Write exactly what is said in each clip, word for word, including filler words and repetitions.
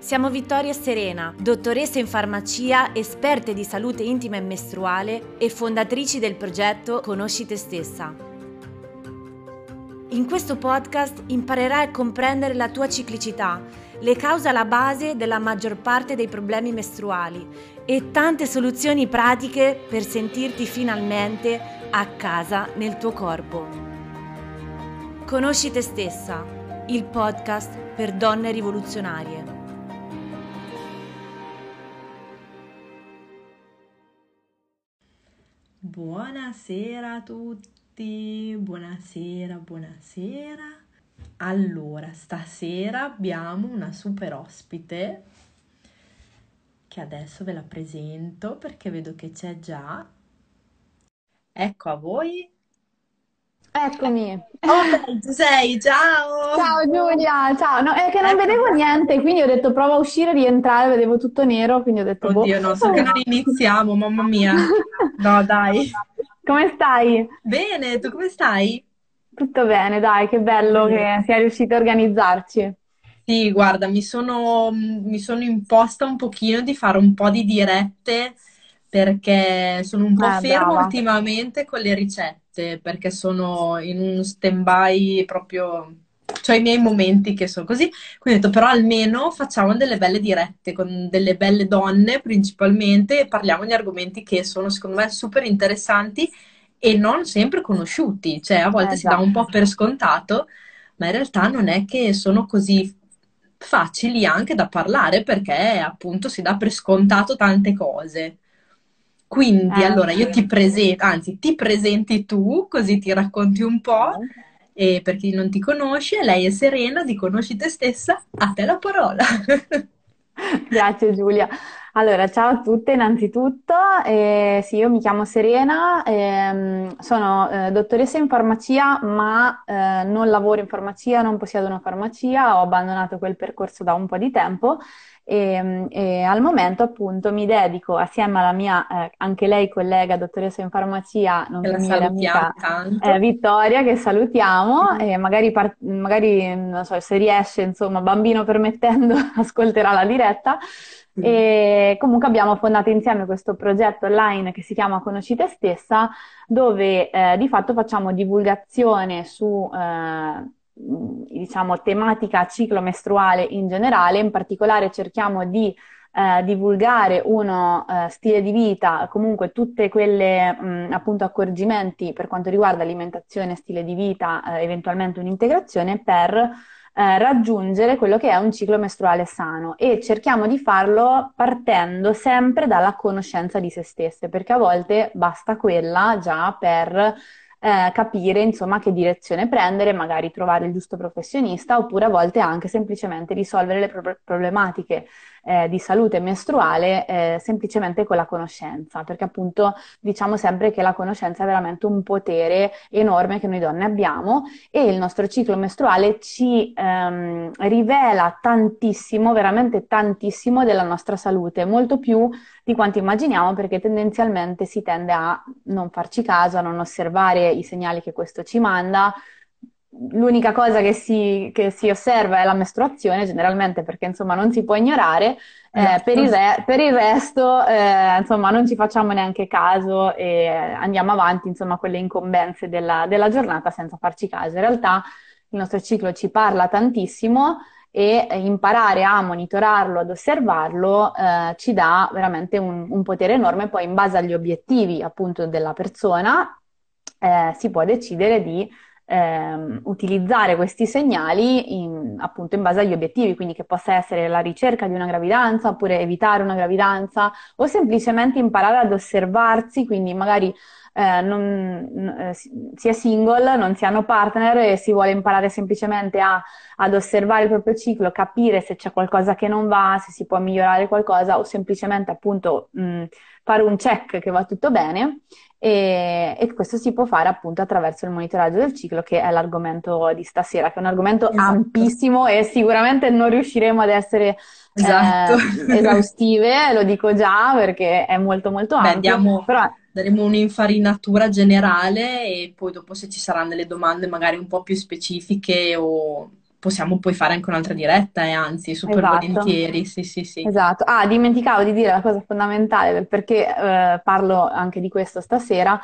Siamo Vittoria e Serena, dottoresse in farmacia, esperte di salute intima e mestruale e fondatrici del progetto Conosci te stessa. In questo podcast imparerai a comprendere la tua ciclicità, le cause alla base della maggior parte dei problemi mestruali e tante soluzioni pratiche per sentirti finalmente a casa nel tuo corpo. Conosci te stessa, il podcast per donne rivoluzionarie. Buonasera a tutti, buonasera, buonasera. Allora, stasera abbiamo una super ospite che adesso ve la presento perché vedo che c'è già. Ecco a voi. Eccomi. Oh, ci sei, ciao! Ciao Giulia, ciao. No, è che non Ecco. vedevo niente, quindi ho detto prova a uscire, rientrare, vedevo tutto nero, quindi ho detto boh. Oddio, no, so che non iniziamo, mamma mia. No, dai. Come stai? Bene, tu come stai? Tutto bene, dai, che bello che sia riusciti a organizzarci. Sì, guarda, mi sono, mi sono imposta un pochino di fare un po' di dirette perché sono un po' Eh, ferma brava. ultimamente con le ricette, perché sono in un stand-by proprio, cioè i miei momenti che sono così. Quindi ho detto, però almeno facciamo delle belle dirette con delle belle donne principalmente e parliamo di argomenti che sono secondo me super interessanti e non sempre conosciuti, cioè a volte Eh si dà già. un po' per scontato, ma in realtà non è che sono così facili anche da parlare perché appunto si dà per scontato tante cose. Quindi Eh, allora io sì. ti presento, anzi ti presenti tu, così ti racconti un po', Ok. e per chi non ti conosce, lei è Serena, di Conosci te stessa, a te la parola. Grazie Giulia. Allora, ciao a tutte innanzitutto. Eh, sì, io mi chiamo Serena, ehm, sono eh, dottoressa in farmacia, ma eh, non lavoro in farmacia, non possiedo una farmacia, ho abbandonato quel percorso da un po' di tempo e, e al momento appunto mi dedico assieme alla mia, eh, anche lei collega, dottoressa in farmacia, Che nonché la migliore salutiamo amica eh, tanto. Vittoria, che salutiamo, e magari, par- magari, non so, se riesce, insomma, bambino permettendo, ascolterà la diretta. E comunque abbiamo fondato insieme questo progetto online che si chiama Conosci te stessa, dove eh, di fatto facciamo divulgazione su, eh, diciamo, tematica ciclo mestruale in generale. In particolare cerchiamo di eh, divulgare uno eh, stile di vita, comunque tutte quelle mh, appunto accorgimenti per quanto riguarda alimentazione, stile di vita, eh, eventualmente un'integrazione per eh, raggiungere quello che è un ciclo mestruale sano, e cerchiamo di farlo partendo sempre dalla conoscenza di se stesse, perché a volte basta quella già per eh, capire insomma che direzione prendere, magari trovare il giusto professionista, oppure a volte anche semplicemente risolvere le pro- problematiche eh, di salute mestruale eh, semplicemente con la conoscenza, perché appunto diciamo sempre che la conoscenza è veramente un potere enorme che noi donne abbiamo, e il nostro ciclo mestruale ci ehm, rivela tantissimo, veramente tantissimo della nostra salute, molto più di quanto immaginiamo, perché tendenzialmente si tende a non farci caso, a non osservare i segnali che questo ci manda. L'unica cosa che si, che si osserva è la mestruazione, generalmente, perché insomma non si può ignorare. Eh, per il, Esatto. re- per il resto, eh, insomma, non ci facciamo neanche caso e andiamo avanti, insomma, con le incombenze della, della giornata senza farci caso. In realtà il nostro ciclo ci parla tantissimo, e imparare a monitorarlo, ad osservarlo, eh, ci dà veramente un, un potere enorme. Poi in base agli obiettivi appunto della persona, eh, si può decidere di ehm, utilizzare questi segnali in, appunto in base agli obiettivi, quindi che possa essere la ricerca di una gravidanza, oppure evitare una gravidanza, o semplicemente imparare ad osservarsi, quindi magari eh, non, n- eh, si si è single, non si hanno partner e si vuole imparare semplicemente a- ad osservare il proprio ciclo, capire se c'è qualcosa che non va, se si può migliorare qualcosa, o semplicemente appunto mh, fare un check che va tutto bene. E, e questo si può fare appunto attraverso il monitoraggio del ciclo, che è l'argomento di stasera, che è un argomento Esatto. ampissimo e sicuramente non riusciremo ad essere Esatto. eh, esaustive, lo dico già perché è molto molto Beh, ampio, diamo, però daremo un'infarinatura generale e poi dopo se ci saranno delle domande magari un po' più specifiche o possiamo poi fare anche un'altra diretta, e anzi, super Esatto, volentieri, sì, sì, sì. esatto. Ah, dimenticavo di dire la cosa fondamentale del perché eh, parlo anche di questo stasera.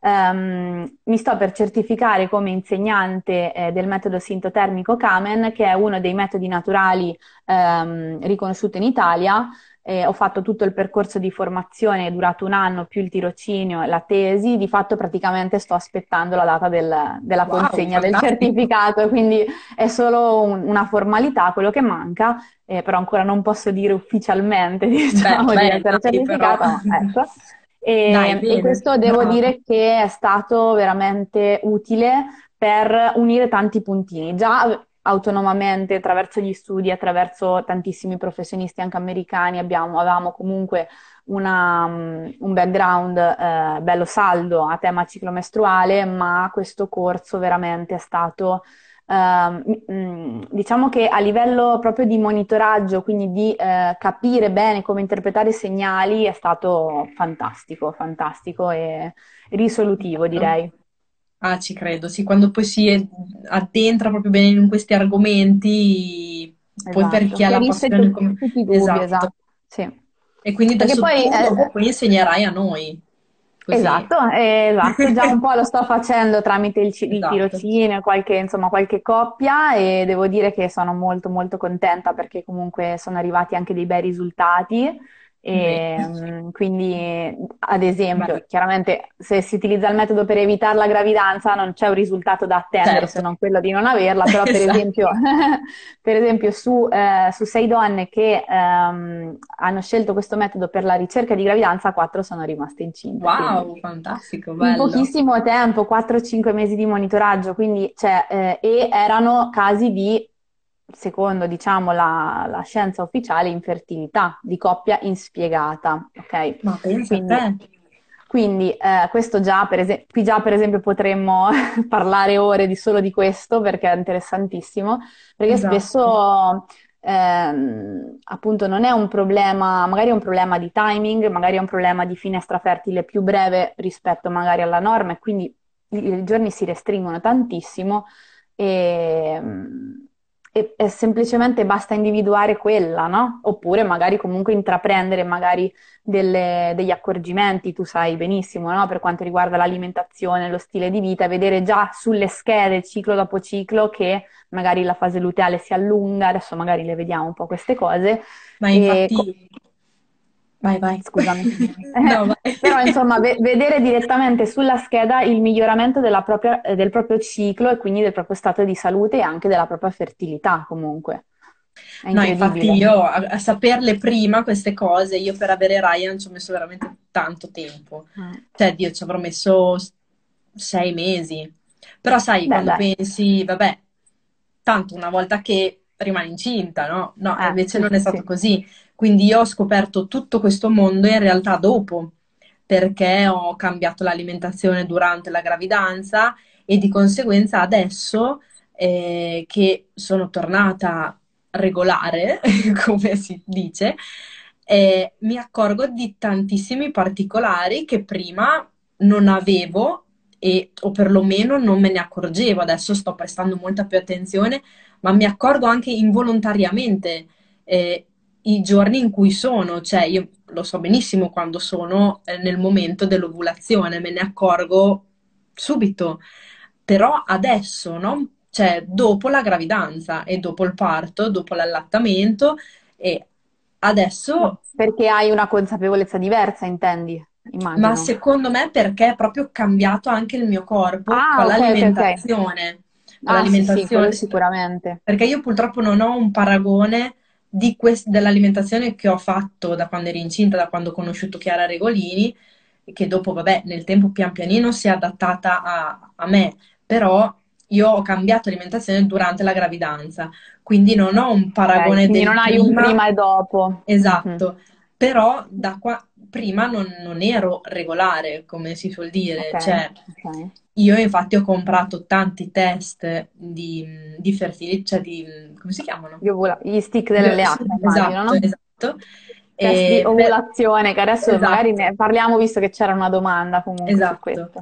Ehm, mi sto per certificare come insegnante eh, del metodo sintotermico Kamen, che è uno dei metodi naturali ehm, riconosciuto in Italia. Eh, ho fatto tutto il percorso di formazione, è durato un anno, più il tirocinio e la tesi. Di fatto praticamente sto aspettando la data del- della Wow, consegna del fantastico. certificato, quindi è solo un- una formalità, quello che manca, eh, però ancora non posso dire ufficialmente, Beh, diciamo, di beh, essere dai, però. certificata, ma ecco. Dai, E, e bene, questo devo brava. dire che è stato veramente utile per unire tanti puntini. Già autonomamente, attraverso gli studi, attraverso tantissimi professionisti anche americani, abbiamo, avevamo comunque una, um, un background eh, bello saldo a tema ciclo mestruale, ma questo corso veramente è stato, ehm, mm, diciamo che a livello proprio di monitoraggio, quindi di eh, capire bene come interpretare i segnali, è stato fantastico, fantastico e risolutivo, direi. Ah, ci credo, sì, quando poi si è- addentra proprio bene in questi argomenti, poi per Esatto, chi ha la chiarisce passione tu- come... tutti i dubbi, Esatto. esatto, sì. E quindi Perché adesso poi, tu dopo eh, poi insegnerai a noi, così. esatto, eh, esatto, già un po' lo sto facendo tramite il, ci- il Esatto. tirocinio, qualche, insomma, qualche coppia e devo dire che sono molto molto contenta perché comunque sono arrivati anche dei bei risultati. Bene. E, mm, quindi, ad Beh, esempio, chiaramente se si utilizza il metodo per evitare la gravidanza non c'è un risultato da attendere se certo. non quello di non averla, però per esempio, Esatto. per esempio su, eh, su sei donne che ehm, hanno scelto questo metodo per la ricerca di gravidanza, quattro sono rimaste incinte, quindi Wow, fantastico, in bello. pochissimo tempo, quattro cinque mesi di monitoraggio, quindi, cioè, eh, e erano casi di, secondo, diciamo, la, la scienza ufficiale, infertilità, di coppia inspiegata, ok? Ma pensa a te. Quindi, quindi eh, questo già, per esempio, qui già per esempio potremmo parlare ore di solo di questo perché è interessantissimo, perché Esatto. spesso ehm, appunto non è un problema, magari è un problema di timing, magari è un problema di finestra fertile più breve rispetto magari alla norma e quindi i, i giorni si restringono tantissimo e, e- e semplicemente basta individuare quella, no? Oppure magari comunque intraprendere magari delle- degli accorgimenti, tu sai benissimo, no? Per quanto riguarda l'alimentazione, lo stile di vita, vedere già sulle schede ciclo dopo ciclo che magari la fase luteale si allunga, adesso magari le vediamo un po' queste cose. Ma E co- infatti... Vai, vai. Scusami. No, vai. Però insomma, ve- vedere direttamente sulla scheda il miglioramento della propria- eh, del proprio ciclo e quindi del proprio stato di salute e anche della propria fertilità comunque. È No, infatti incredibile. io a, a saperle prima queste cose, io per avere Ryan ci ho messo veramente tanto tempo. Mm. Cioè, Dio, ci avrò messo s- sei mesi. Però sai, Beh, quando dai. pensi, vabbè, tanto una volta che rimani incinta, no? No, e Eh, invece sì, non è sì, stato sì. così. Quindi io ho scoperto tutto questo mondo in realtà dopo, perché ho cambiato l'alimentazione durante la gravidanza e di conseguenza adesso eh, che sono tornata regolare, come si dice, eh, mi accorgo di tantissimi particolari che prima non avevo e, o perlomeno non me ne accorgevo. Adesso sto prestando molta più attenzione, ma mi accorgo anche involontariamente eh, i giorni in cui sono, cioè io lo so benissimo quando sono eh, nel momento dell'ovulazione, me ne accorgo subito, però adesso, no? Cioè dopo la gravidanza e dopo il parto, dopo l'allattamento e adesso, Perché hai una consapevolezza diversa, intendi? ma Immagino. secondo me perché è proprio cambiato anche il mio corpo Ah, con ok, ok, ok. l'alimentazione, con Ah, sì, sì, quello l'alimentazione, sicuramente. perché io purtroppo non ho un paragone di quest- dell'alimentazione che ho fatto da quando ero incinta, da quando ho conosciuto Chiara Regolini, e che dopo, vabbè, nel tempo pian pianino si è adattata a, a me, però io ho cambiato alimentazione durante la gravidanza, quindi non ho un Ok, paragone quindi del non hai un prima, prima e dopo. Mhm. esatto, però da qua, prima non, non ero regolare, come si suol Ok, dire, cioè ok. io infatti ho comprato tanti test di, di fertilità, cioè di, come si chiamano? Di ovula- Gli stick Di- delle sì, alleate, immagino, esatto, no? esatto. Test di E per- ovulazione, che adesso magari esatto. ne parliamo visto che c'era una domanda comunque su Esatto. questo.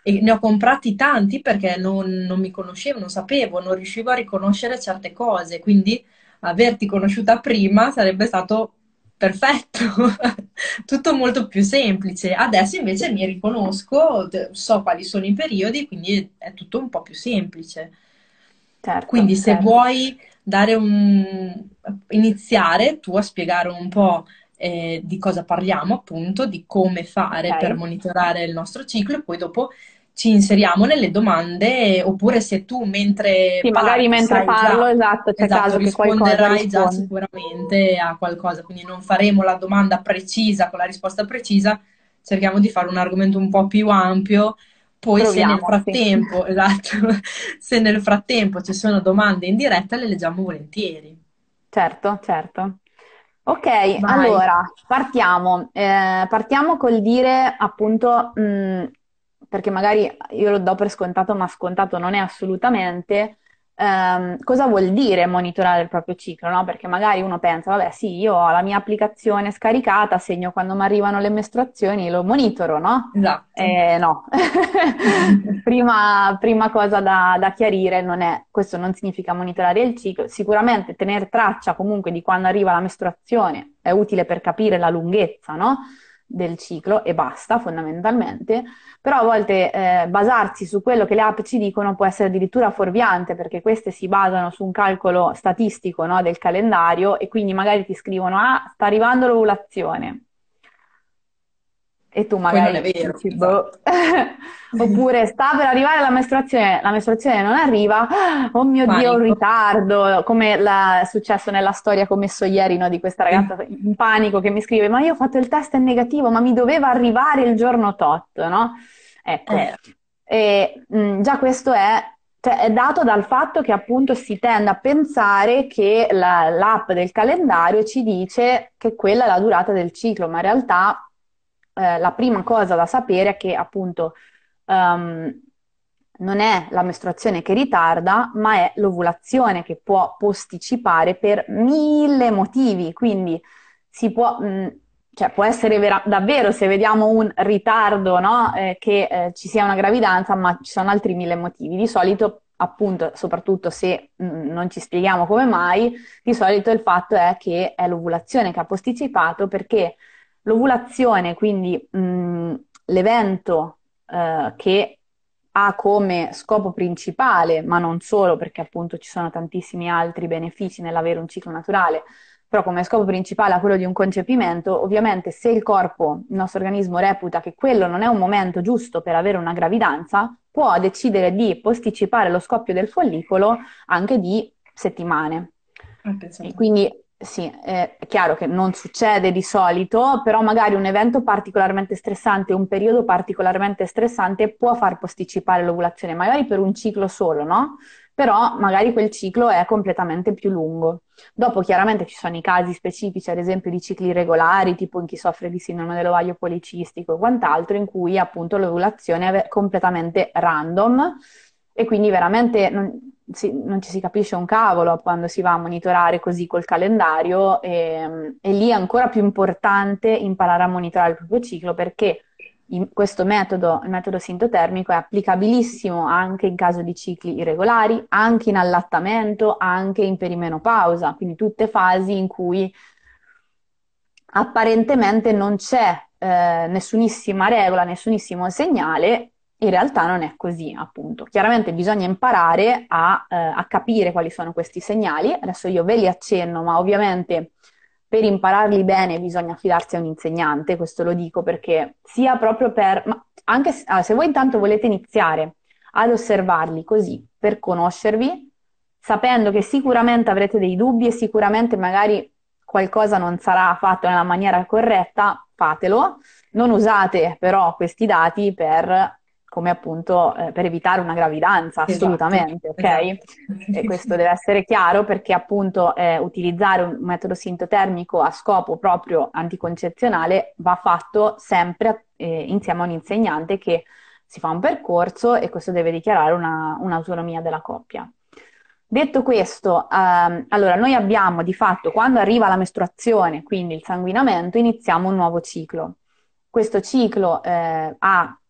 e ne ho comprati tanti perché non, non mi conoscevo, non sapevo, non riuscivo a riconoscere certe cose, quindi averti conosciuta prima sarebbe stato perfetto, tutto molto più semplice. Adesso invece mi riconosco, d- so quali sono i periodi, quindi è tutto un po' più semplice. Certo, Quindi se certo. vuoi dare un... iniziare tu a spiegare un po' eh, di cosa parliamo, appunto, di come fare per Ok. monitorare il nostro ciclo e poi dopo ci inseriamo nelle domande, oppure se tu mentre Sì, magari parli mentre sai parlo, già, esatto, c'è esatto, caso che qualcosa risponderai già risponde. sicuramente a qualcosa, quindi non faremo la domanda precisa con la risposta precisa, cerchiamo di fare un argomento un po' più ampio. Poi se nel Proviamo, sì. frattempo, esatto, se nel frattempo ci sono domande in diretta, le leggiamo volentieri. Certo, certo. Ok, Vai. allora partiamo. Eh, partiamo col dire appunto, mh, perché magari io lo do per scontato, ma scontato non è assolutamente, ehm, cosa vuol dire monitorare il proprio ciclo, no? Perché magari uno pensa, vabbè, sì, io ho la mia applicazione scaricata, segno quando mi arrivano le mestruazioni, lo monitoro, no? Esatto. Eh, no, prima, prima cosa da, da chiarire non è, questo non significa monitorare il ciclo, sicuramente tenere traccia comunque di quando arriva la mestruazione è utile per capire la lunghezza, no? Del ciclo e basta fondamentalmente, però a volte eh, basarsi su quello che le app ci dicono può essere addirittura fuorviante perché queste si basano su un calcolo statistico, no, del calendario e quindi magari ti scrivono ah, sta arrivando l'ovulazione e tu Poi non è magari vero, dici, boh. esatto. Oppure sta per arrivare la mestruazione, la mestruazione non arriva, oh mio Dio, un Panico. ritardo, come la- è successo nella storia che ho messo ieri, no, di questa Sì. ragazza in panico che mi scrive, ma io ho fatto il test è negativo, ma mi doveva arrivare il giorno tot, no? Ecco, Eh, e, mh, già questo è, cioè, è dato dal fatto che appunto si tende a pensare che la- l'app del calendario ci dice che quella è la durata del ciclo, ma in realtà eh, la prima cosa da sapere è che appunto ehm, non è la mestruazione che ritarda, ma è l'ovulazione che può posticipare per mille motivi. Quindi si può, mh, cioè può essere vera- davvero se vediamo un ritardo, no, eh, che eh, ci sia una gravidanza, ma ci sono altri mille motivi. Di solito, appunto, soprattutto se mh, non ci spieghiamo come mai, di solito il fatto è che è l'ovulazione che ha posticipato perché l'ovulazione, quindi mh, l'evento eh, che ha come scopo principale, ma non solo, perché appunto ci sono tantissimi altri benefici nell'avere un ciclo naturale, però come scopo principale ha quello di un concepimento, ovviamente se il corpo, il nostro organismo reputa che quello non è un momento giusto per avere una gravidanza, può decidere di posticipare lo scoppio del follicolo anche di settimane. eh, pensa E te. quindi sì, eh, è chiaro che non succede di solito, però magari un evento particolarmente stressante, un periodo particolarmente stressante può far posticipare l'ovulazione, magari per un ciclo solo, no? Però magari quel ciclo è completamente più lungo. Dopo chiaramente ci sono i casi specifici, ad esempio di cicli irregolari, tipo in chi soffre di sindrome dell'ovaio policistico e quant'altro, in cui appunto l'ovulazione è completamente random e quindi veramente non, si- non ci si capisce un cavolo quando si va a monitorare così col calendario e, e lì è ancora più importante imparare a monitorare il proprio ciclo perché in questo metodo, il metodo sintotermico, è applicabilissimo anche in caso di cicli irregolari, anche in allattamento, anche in perimenopausa, quindi tutte fasi in cui apparentemente non c'è eh, nessunissima regola, nessunissimo segnale, in realtà non è così, appunto. Chiaramente bisogna imparare a, eh, a capire quali sono questi segnali. Adesso io ve li accenno, ma ovviamente per impararli bene bisogna affidarsi a un insegnante, questo lo dico perché sia proprio per, ma anche se, ah, se voi intanto volete iniziare ad osservarli così per conoscervi, sapendo che sicuramente avrete dei dubbi e sicuramente magari qualcosa non sarà fatto nella maniera corretta, fatelo. Non usate però questi dati per, come appunto, eh, per evitare una gravidanza, Esatto, assolutamente, ok? esatto. E questo deve essere chiaro perché appunto eh, utilizzare un metodo sintotermico a scopo proprio anticoncezionale va fatto sempre eh, insieme a un insegnante che si fa un percorso e questo deve dichiarare una, un'autonomia della coppia. Detto questo, ehm, allora noi abbiamo di fatto quando arriva la mestruazione, quindi il sanguinamento, iniziamo un nuovo ciclo. Questo ciclo eh, ha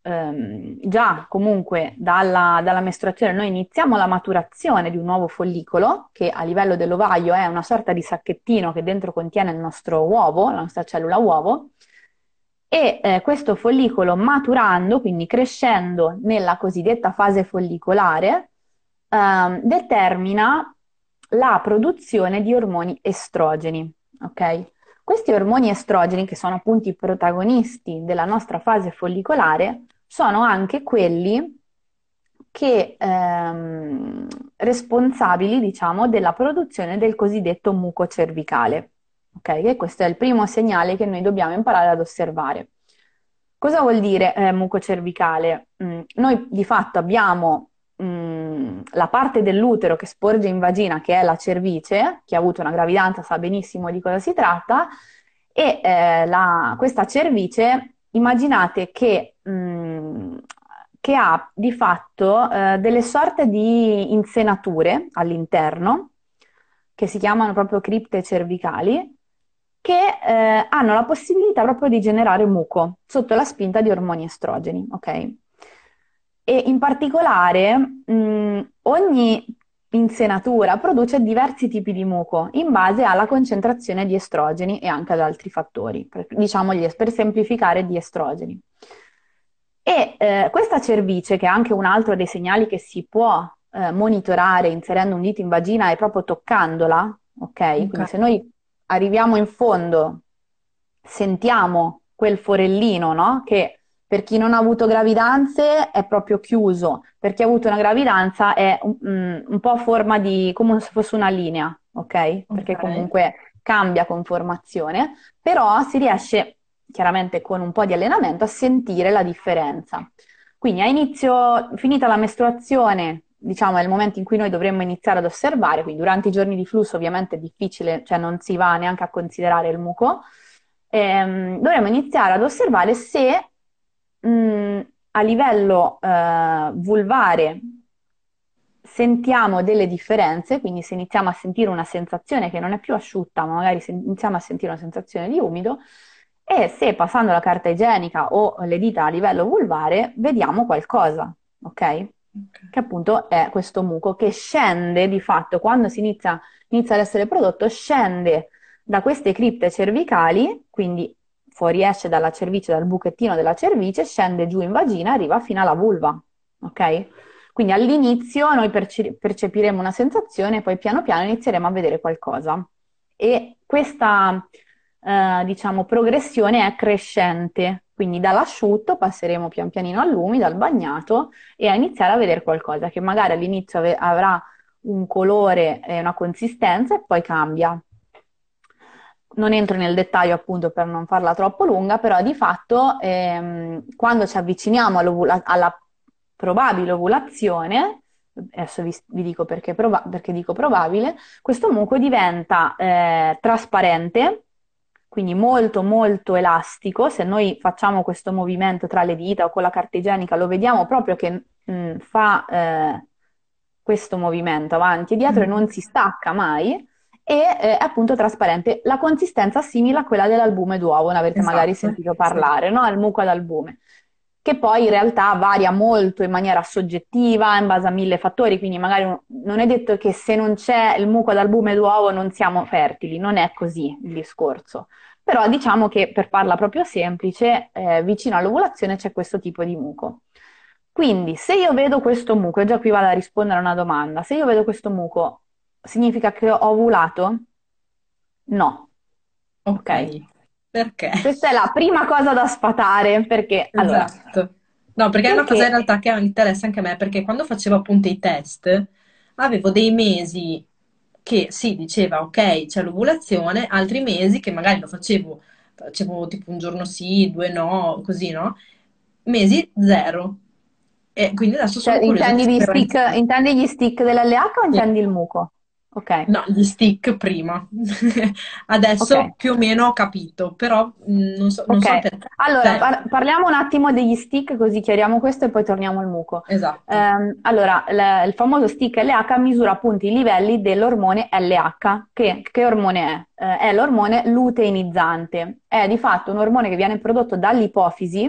ehm, già comunque dalla, dalla mestruazione noi iniziamo la maturazione di un nuovo follicolo, che a livello dell'ovaio è una sorta di sacchettino che dentro contiene il nostro uovo, la nostra cellula uovo, e eh, questo follicolo maturando, quindi crescendo nella cosiddetta fase follicolare, ehm, determina la produzione di ormoni estrogeni, ok? Questi ormoni estrogeni, che sono appunto i protagonisti della nostra fase follicolare, sono anche quelli che ehm, responsabili, diciamo, della produzione del cosiddetto muco cervicale. Ok? E questo è il primo segnale che noi dobbiamo imparare ad osservare. Cosa vuol dire eh, muco cervicale? Mm, noi di fatto abbiamo mm, la parte dell'utero che sporge in vagina, che è la cervice. Chi ha avuto una gravidanza sa benissimo di cosa si tratta, e eh, la- questa cervice, immaginate che, mm, che ha di fatto eh, delle sorte di insenature all'interno, che si chiamano proprio cripte cervicali, che eh, hanno la possibilità proprio di generare muco sotto la spinta di ormoni estrogeni, ok? E in particolare mh, ogni insenatura produce diversi tipi di muco in base alla concentrazione di estrogeni e anche ad altri fattori, per, diciamo gli- per semplificare di estrogeni. E eh, questa cervice, che è anche un altro dei segnali che si può eh, monitorare inserendo un dito in vagina e proprio toccandola, ok? Quindi Ok. se noi arriviamo in fondo, sentiamo quel forellino, no? Che per chi non ha avuto gravidanze è proprio chiuso, per chi ha avuto una gravidanza è un, mm, un po' a forma di, come se fosse una linea, ok? Perché Ok. comunque cambia conformazione, però si riesce, chiaramente con un po' di allenamento, a sentire la differenza. Quindi a inizio, finita la mestruazione, diciamo è il momento in cui noi dovremmo iniziare ad osservare, quindi durante i giorni di flusso ovviamente è difficile, cioè non si va neanche a considerare il muco. Ehm, dovremmo iniziare ad osservare se mh, a livello eh, vulvare sentiamo delle differenze, quindi se iniziamo a sentire una sensazione che non è più asciutta, ma magari se iniziamo a sentire una sensazione di umido, e se passando la carta igienica o le dita a livello vulvare vediamo qualcosa, ok? Ok. Che appunto è questo muco che scende di fatto quando si inizia, inizia ad essere prodotto, scende da queste cripte cervicali, quindi fuoriesce dalla cervice, dal buchettino della cervice, scende giù in vagina, arriva fino alla vulva, ok? Quindi all'inizio noi perce- percepiremo una sensazione e poi piano piano inizieremo a vedere qualcosa. E questa, eh, diciamo, progressione è crescente, quindi dall'asciutto passeremo pian pianino all'umido, al bagnato e a iniziare a vedere qualcosa che magari all'inizio ave- avrà un colore e una consistenza e poi cambia. Non entro nel dettaglio appunto per non farla troppo lunga, però di fatto ehm, quando ci avviciniamo all'ovula- alla probabile ovulazione, adesso vi, vi dico perché, proba- perché dico probabile, questo muco diventa eh, trasparente, quindi molto molto elastico. Se noi facciamo questo movimento tra le dita o con la carta igienica, lo vediamo proprio che mh, fa eh, questo movimento avanti e dietro e Mhm. non si stacca mai e eh, è appunto trasparente. La consistenza simile a quella dell'albume d'uovo, ne avete magari Esatto. sentito Sì. parlare, no? Il muco d'albume, che poi in realtà varia molto in maniera soggettiva, in base a mille fattori, quindi magari un- non è detto che se non c'è il muco d'albume d'uovo non siamo fertili, non è così il discorso. Però diciamo che per farla proprio semplice, eh, vicino all'ovulazione c'è questo tipo di muco. Quindi, se io vedo questo muco, e già qui vado a rispondere a una domanda, se io vedo questo muco, significa che ho ovulato? No, Ok. ok? Perché? Questa è la prima cosa da sfatare, perché, allora, Esatto. No, perché è una cosa in perché realtà che interessa anche a me, perché quando facevo appunto i test, avevo dei mesi che sì, diceva ok, c'è l'ovulazione, altri mesi che magari lo facevo, facevo tipo un giorno sì, due no, così, no? Mesi zero. E quindi adesso cioè, sono curiosa di intendi gli sapere stick, anche intendi gli stick dell'L H o te. intendi il muco? Ok, No, gli stick prima. ok. Adesso più o meno ho capito, però mh, non so, non Ok, so perché. allora Cioè, par- parliamo un attimo degli stick così chiariamo questo e poi torniamo al muco. esatto. Ehm, allora, l- il famoso stick L H misura appunto i livelli dell'ormone L H, che, che ormone è? Eh, è l'ormone luteinizzante, è di fatto un ormone che viene prodotto dall'ipofisi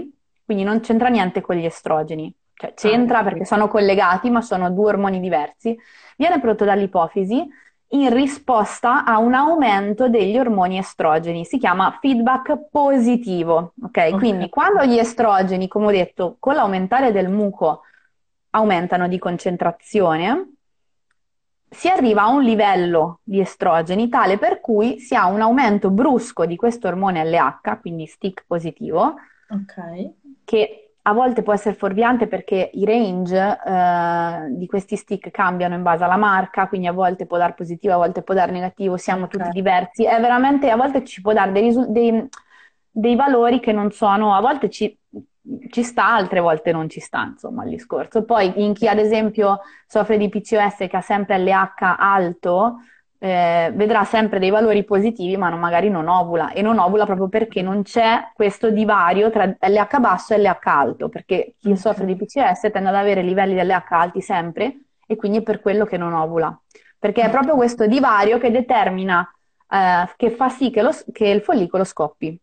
quindi non c'entra niente con gli estrogeni, cioè Ah, c'entra perché sono collegati, ma sono due ormoni diversi. Viene prodotto dall'ipofisi in risposta a un aumento degli ormoni estrogeni, si chiama feedback positivo, ok? ok. Quindi quando gli estrogeni, come ho detto, con l'aumentare del muco aumentano di concentrazione, si arriva a un livello di estrogeni tale per cui si ha un aumento brusco di questo ormone L H, quindi stick positivo, Ok. che a volte può essere fuorviante perché i range eh, di questi stick cambiano in base alla marca, quindi a volte può dar positivo, a volte può dar negativo, siamo Ok. tutti diversi. È veramente, a volte ci può dare dei, risu- dei- dei valori che non sono, a volte ci, ci sta, altre volte non ci sta, insomma, il discorso. Poi in chi ad esempio soffre di P C O S che ha sempre L H alto, eh, vedrà sempre dei valori positivi, ma non- magari non ovula, e non ovula proprio perché non c'è questo divario tra L H basso e L H alto, perché chi Ok. soffre di P C O S tende ad avere livelli di L H alti sempre e quindi è per quello che non ovula, perché è Ok. proprio questo divario che determina, eh, che fa sì che, lo- che il follicolo scoppi.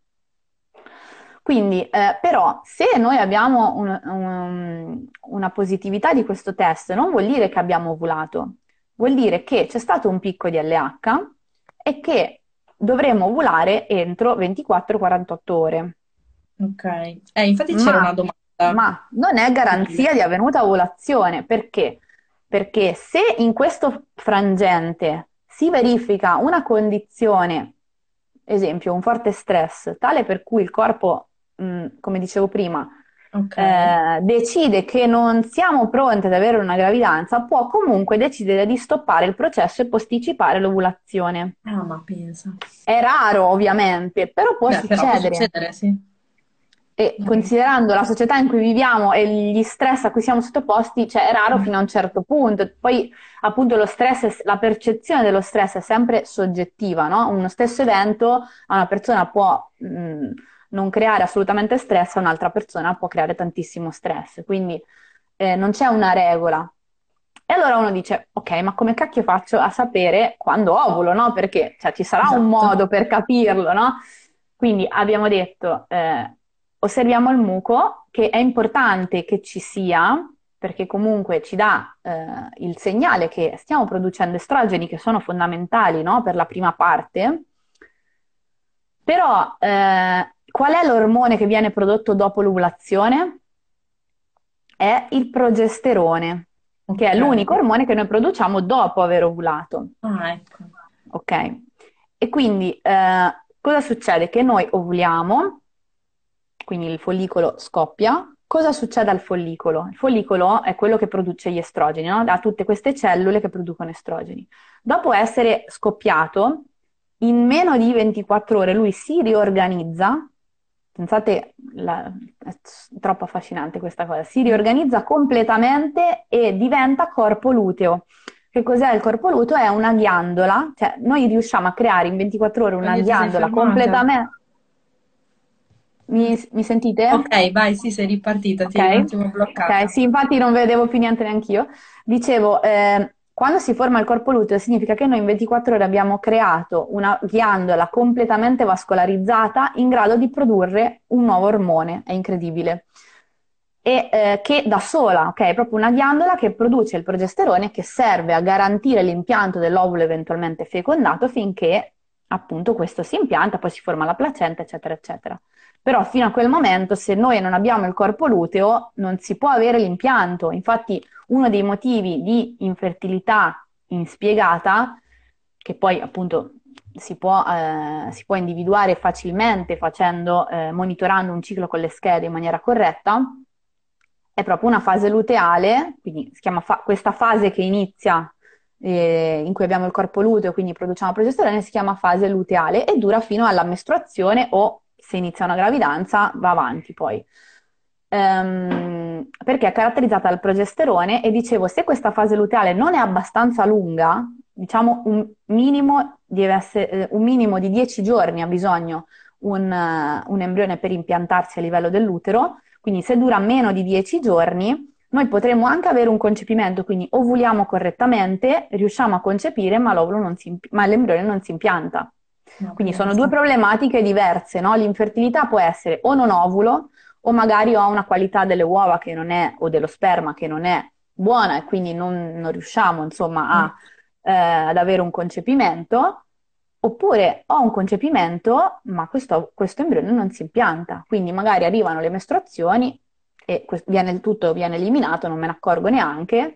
Quindi, eh, però, se noi abbiamo un- un- una positività di questo test, non vuol dire che abbiamo ovulato, vuol dire che c'è stato un picco di L H e che dovremo ovulare entro ventiquattro quarantotto ore. Ok. Eh, infatti c'era Ma, una domanda. ma non è garanzia di avvenuta ovulazione. Perché? Perché se in questo frangente si verifica una condizione, esempio un forte stress, tale per cui il corpo, mh, come dicevo prima, Ok. eh, decide che non siamo pronti ad avere una gravidanza, può comunque decidere di stoppare il processo e posticipare l'ovulazione. Ah, ma pensa. È raro, ovviamente, però può Beh, però può succedere. succedere, sì. E Ok. considerando la società in cui viviamo e gli stress a cui siamo sottoposti, cioè è raro fino a un certo punto. Poi, appunto, lo stress, è- la percezione dello stress è sempre soggettiva, no? Uno stesso evento a una persona può mh, non creare assolutamente stress, a un'altra persona può creare tantissimo stress. Quindi eh, non c'è una regola. E allora uno dice, ok, ma come cacchio faccio a sapere quando ovulo, no? Perché cioè, ci sarà un Esatto. modo per capirlo, no? Quindi abbiamo detto, eh, osserviamo il muco, che è importante che ci sia, perché comunque ci dà eh, il segnale che stiamo producendo estrogeni che sono fondamentali, no? Per la prima parte. Però eh, qual è l'ormone che viene prodotto dopo l'ovulazione? È il progesterone, che è Ok. l'unico ormone che noi produciamo dopo aver ovulato. Ah, ecco. Ok? E quindi eh, cosa succede? Che noi ovuliamo, quindi il follicolo scoppia. Cosa succede al follicolo? Il follicolo è quello che produce gli estrogeni, no? Ha tutte queste cellule che producono estrogeni. Dopo essere scoppiato, in meno di ventiquattro ore lui si riorganizza. Pensate, la- è troppo affascinante questa cosa. Si riorganizza completamente e diventa corpo luteo. Che cos'è il corpo luteo? È una ghiandola, cioè noi riusciamo a creare in ventiquattro ore una Oddio, ti sei ghiandola fermata? completamente. Mi, mi sentite? Ok, vai, sì, sei ripartita, ti Ok, eri un attimo ok, bloccata. sì, infatti non vedevo più niente neanch'io. Dicevo, eh, quando si forma il corpo luteo significa che noi in ventiquattro ore abbiamo creato una ghiandola completamente vascolarizzata in grado di produrre un nuovo ormone, è incredibile. E eh, che da sola, ok, è proprio una ghiandola che produce il progesterone che serve a garantire l'impianto dell'ovulo eventualmente fecondato finché appunto questo si impianta, poi si forma la placenta, eccetera, eccetera. Però fino a quel momento, se noi non abbiamo il corpo luteo, non si può avere l'impianto. Infatti, uno dei motivi di infertilità inspiegata, che poi appunto si può, eh, si può individuare facilmente facendo, eh, monitorando un ciclo con le schede in maniera corretta, è proprio una fase luteale, quindi si chiama fa- questa fase che inizia eh, in cui abbiamo il corpo luteo, quindi produciamo progesterone, si chiama fase luteale e dura fino alla mestruazione o se inizia una gravidanza va avanti poi. Ehm, perché è caratterizzata dal progesterone e dicevo, se questa fase luteale non è abbastanza lunga, diciamo un minimo, deve essere, eh, un minimo di dieci giorni ha bisogno un, eh, un embrione per impiantarsi a livello dell'utero, quindi se dura meno di dieci giorni noi potremmo anche avere un concepimento, quindi ovuliamo correttamente, riusciamo a concepire, ma, l'ovulo non si impi- ma l'embrione non si impianta. Ma Quindi sono due pensa. problematiche diverse, no? L'infertilità può essere o non ovulo o magari ho una qualità delle uova che non è, o dello sperma che non è buona e quindi non, non riusciamo, insomma, a, eh, ad avere un concepimento, oppure ho un concepimento, ma questo, questo embrione non si impianta, quindi magari arrivano le mestruazioni e que- viene, il tutto viene eliminato, non me ne accorgo neanche,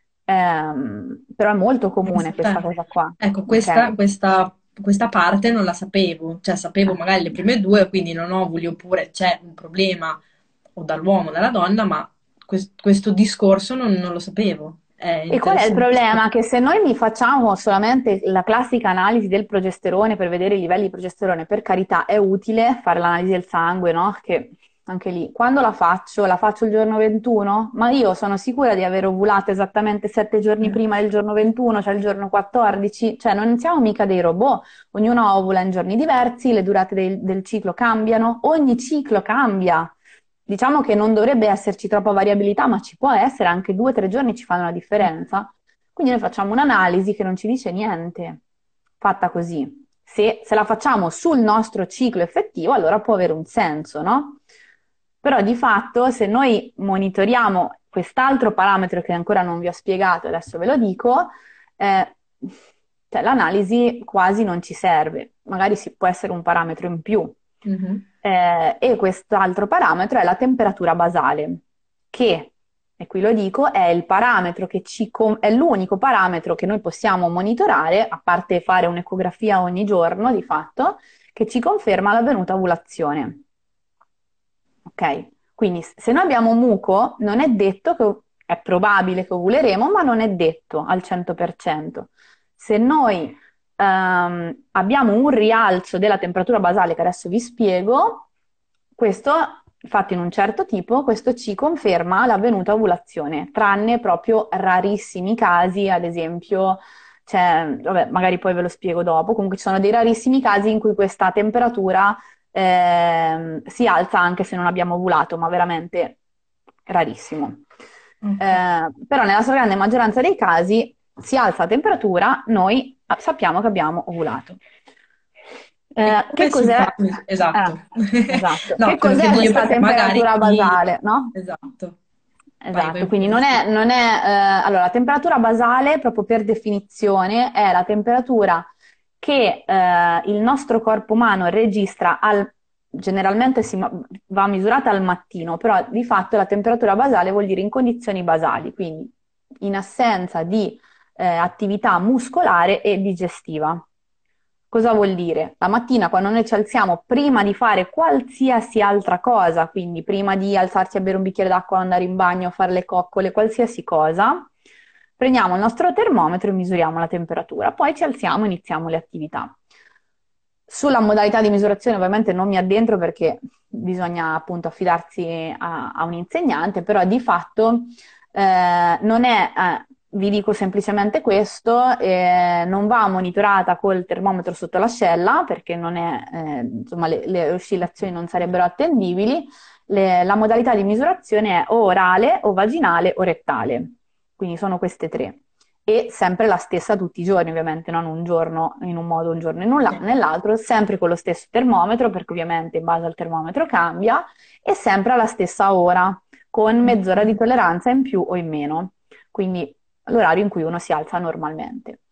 ehm, però è molto comune questa cosa qua, Ecco, questa, ok? questa, questa parte non la sapevo, cioè sapevo magari le prime due, quindi non ovuli oppure c'è un problema o dall'uomo o dalla donna, ma quest- questo discorso non, non lo sapevo. È E qual è il interessantissimo. problema? Che se noi mi facciamo solamente la classica analisi del progesterone per vedere i livelli di progesterone, per carità, è utile fare l'analisi del sangue, no? Che anche lì, quando la faccio? La faccio il giorno ventuno? Ma io sono sicura di aver ovulato esattamente sette giorni Eh, prima del giorno ventuno, cioè il giorno quattordici, cioè non siamo mica dei robot, ognuno ovula in giorni diversi, le durate del, del ciclo cambiano, ogni ciclo cambia. Diciamo che non dovrebbe esserci troppa variabilità, ma ci può essere, anche due o tre giorni ci fanno la differenza. Quindi noi facciamo un'analisi che non ci dice niente, fatta così. Se, se la facciamo sul nostro ciclo effettivo, allora può avere un senso, no? Però di fatto, se noi monitoriamo quest'altro parametro che ancora non vi ho spiegato, adesso ve lo dico, eh, cioè l'analisi quasi non ci serve. Magari si, può essere un parametro in più. mhm. Eh, e quest'altro parametro è la temperatura basale, che, e qui lo dico, è il parametro che ci com- è l'unico parametro che noi possiamo monitorare, a parte fare un'ecografia ogni giorno di fatto, che ci conferma l'avvenuta ovulazione. Ok? Quindi s- se noi abbiamo muco, non è detto che è probabile che ovuleremo, ma non è detto al cento per cento. Se noi ehm, abbiamo un rialzo della temperatura basale, che adesso vi spiego, questo, fatto in un certo tipo, questo ci conferma l'avvenuta ovulazione, tranne proprio rarissimi casi, ad esempio, cioè, vabbè, magari poi ve lo spiego dopo, comunque ci sono dei rarissimi casi in cui questa temperatura ehm, si alza anche se non abbiamo ovulato, ma veramente rarissimo. Ok. Eh, però nella stragrande maggioranza dei casi si alza la temperatura, noi sappiamo che abbiamo ovulato. E Eh, che come si cos'è? fa? Eh, Esatto. esatto. No, Che te lo cos'è chiedo io questa perché magari temperatura chi... basale, no? Esatto. Vai, Esatto, vai quindi pure, non sì. è, non è, eh, allora, la temperatura basale, proprio per definizione, è la temperatura che eh, il nostro corpo umano registra al, generalmente si ma- va misurata al mattino, però di fatto la temperatura basale vuol dire in condizioni basali, quindi in assenza di eh, attività muscolare e digestiva. Cosa vuol dire? La mattina quando noi ci alziamo, prima di fare qualsiasi altra cosa, quindi prima di alzarci a bere un bicchiere d'acqua, andare in bagno, fare le coccole, qualsiasi cosa, prendiamo il nostro termometro e misuriamo la temperatura, poi ci alziamo e iniziamo le attività. Sulla modalità di misurazione ovviamente non mi addentro perché bisogna appunto affidarsi a, a un insegnante, però di fatto eh, non è, eh, vi dico semplicemente questo, eh, non va monitorata col termometro sotto l'ascella perché non è, eh, insomma, le, le oscillazioni non sarebbero attendibili. Le- la modalità di misurazione è o orale o vaginale o rettale, quindi sono queste tre e sempre la stessa tutti i giorni, ovviamente, non un giorno in un modo, un giorno in un la- Sì. nell'altro, sempre con lo stesso termometro, perché ovviamente in base al termometro cambia, e sempre alla stessa ora, con mezz'ora di Ok. tolleranza in più o in meno, quindi l'orario in cui uno si alza normalmente.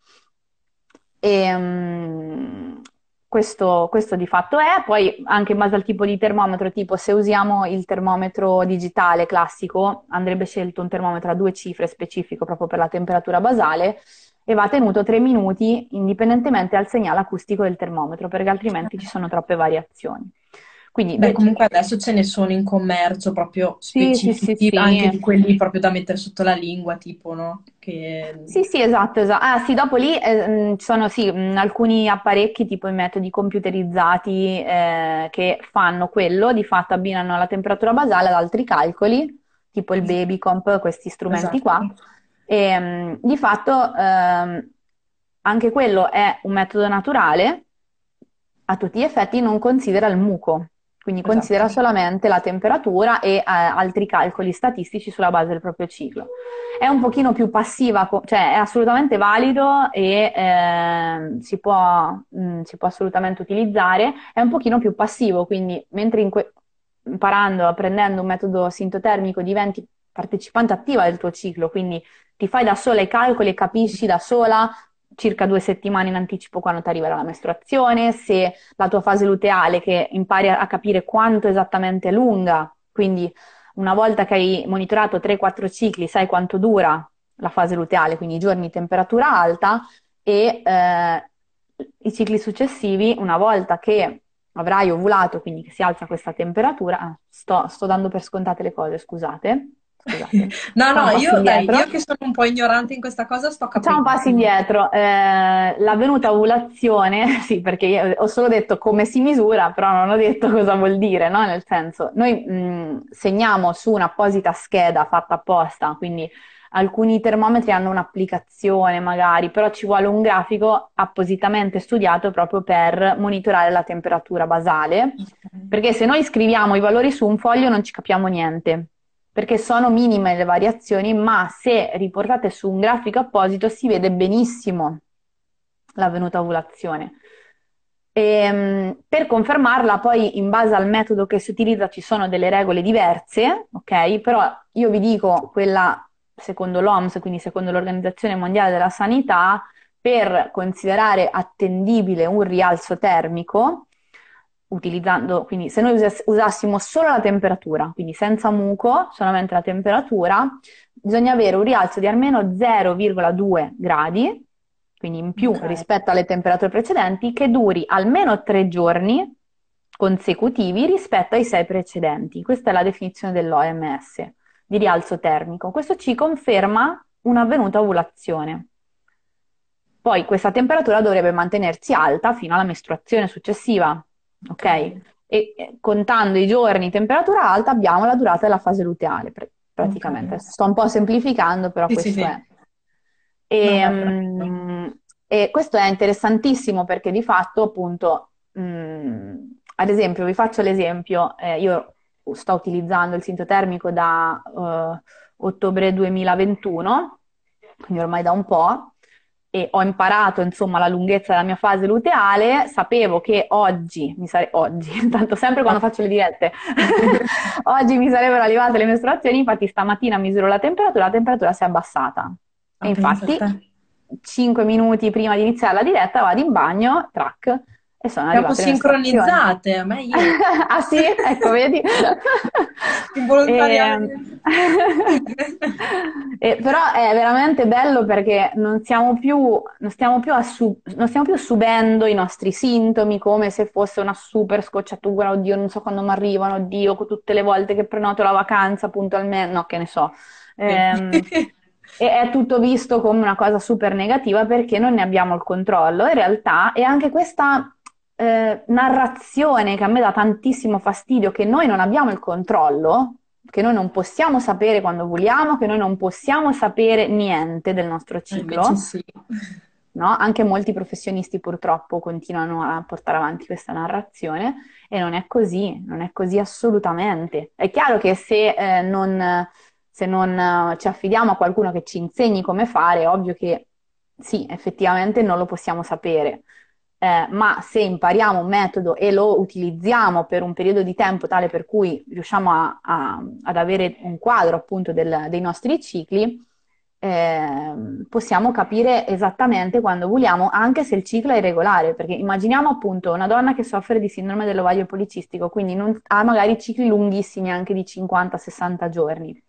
E, mm, questo, questo di fatto è, poi anche in base al tipo di termometro, tipo se usiamo il termometro digitale classico, andrebbe scelto un termometro a due cifre specifico proprio per la temperatura basale e va tenuto tre minuti indipendentemente dal segnale acustico del termometro, perché altrimenti ci sono troppe variazioni. Quindi, Beh, ve- comunque adesso ce ne sono in commercio proprio sì, sì, sì, specifici, anche sì. di quelli proprio da mettere sotto la lingua, tipo, no? Che... Sì, sì, esatto, esatto. Ah, sì, dopo lì eh, mh, ci sono sì, mh, alcuni apparecchi tipo i metodi computerizzati eh, che fanno quello, di fatto abbinano la temperatura basale ad altri calcoli, tipo il Babycomp, questi strumenti qua. Esatto. E, mh, di fatto ehm, anche quello è un metodo naturale, a tutti gli effetti non considera il muco, quindi considera Esatto. solamente la temperatura e eh, altri calcoli statistici sulla base del proprio ciclo. È un pochino più passiva, co- cioè è assolutamente valido e ehm, si può, mh, si può assolutamente utilizzare, è un pochino più passivo, quindi mentre in que- imparando, apprendendo un metodo sintotermico, diventi partecipante attiva del tuo ciclo, quindi ti fai da sola i calcoli e capisci da sola circa due settimane in anticipo quando ti arriverà la mestruazione, se la tua fase luteale, che impari a capire quanto esattamente è lunga, quindi una volta che hai monitorato tre quattro cicli, sai quanto dura la fase luteale, quindi i giorni di temperatura alta, e eh, i cicli successivi, una volta che avrai ovulato, quindi che si alza questa temperatura, ah, sto, sto dando per scontate le cose, scusate. Scusate. No, Facciamo no, un passo io, dai, indietro. io che sono un po' ignorante in questa cosa sto Facciamo un capendo. passo indietro. Eh, l'avvenuta ovulazione, sì, perché io ho solo detto come si misura, però non ho detto cosa vuol dire, no? Nel senso, noi mh, segniamo su un'apposita scheda fatta apposta, quindi alcuni termometri hanno un'applicazione magari, però ci vuole un grafico appositamente studiato proprio per monitorare la temperatura basale, perché se noi scriviamo i valori su un foglio non ci capiamo niente, perché sono minime le variazioni, ma se riportate su un grafico apposito si vede benissimo l'avvenuta ovulazione. E, per confermarla, poi in base al metodo che si utilizza ci sono delle regole diverse, ok? Però io vi dico quella secondo l'O M S, quindi secondo l'Organizzazione Mondiale della Sanità, per considerare attendibile un rialzo termico, utilizzando, quindi se noi usas- usassimo solo la temperatura, quindi senza muco, solamente la temperatura, bisogna avere un rialzo di almeno zero virgola due gradi, quindi in più Ok. rispetto alle temperature precedenti, che duri almeno tre giorni consecutivi rispetto ai sei precedenti. Questa è la definizione dell'O M S di rialzo termico. Questo ci conferma un'avvenuta ovulazione. Poi questa temperatura dovrebbe mantenersi alta fino alla mestruazione successiva, ok? E e contando i giorni di temperatura alta abbiamo la durata della fase luteale, pr- praticamente. Ok. Sto un po' semplificando, però Sì, sì, questo sì. è. No, E, no, perfetto. mm, e questo è interessantissimo perché di fatto, appunto, mm, ad esempio, vi faccio l'esempio, eh, io sto utilizzando il sintotermico da eh, ottobre duemilaventuno, quindi ormai da un po', e ho imparato insomma la lunghezza della mia fase luteale, sapevo che oggi, mi sare- oggi, tanto sempre quando faccio le dirette, oggi mi sarebbero arrivate le mestruazioni, infatti stamattina misuro la temperatura, la temperatura si è abbassata. E Ah, pensa a infatti te. cinque minuti prima di iniziare la diretta vado in bagno, track, e sono Siamo arrivate le mestruazioni. sincronizzate, a me ieri, Ah sì? Ecco, vedi? E... involontariamente. e però è veramente bello perché non siamo più, non stiamo più, assu- non stiamo più subendo i nostri sintomi come se fosse una super scocciatura, oddio, non so quando mi arrivano, oddio, tutte le volte che prenoto la vacanza puntualmente, no, che ne so. Ehm, Sì. e è tutto visto come una cosa super negativa perché non ne abbiamo il controllo. In realtà è anche questa eh, narrazione che a me dà tantissimo fastidio, che noi non abbiamo il controllo, che noi non possiamo sapere quando vogliamo, che noi non possiamo sapere niente del nostro E invece ciclo, sì. no? Anche molti professionisti purtroppo continuano a portare avanti questa narrazione e non è così, non è così assolutamente. È chiaro che se eh, non, se non eh, ci affidiamo a qualcuno che ci insegni come fare, è ovvio che sì, effettivamente non lo possiamo sapere. Eh, ma se impariamo un metodo e lo utilizziamo per un periodo di tempo tale per cui riusciamo a- a- ad avere un quadro appunto del- dei nostri cicli, eh, possiamo capire esattamente quando vogliamo, anche se il ciclo è irregolare, perché immaginiamo appunto una donna che soffre di sindrome dell'ovaio policistico, quindi non- ha magari cicli lunghissimi anche di cinquanta sessanta giorni.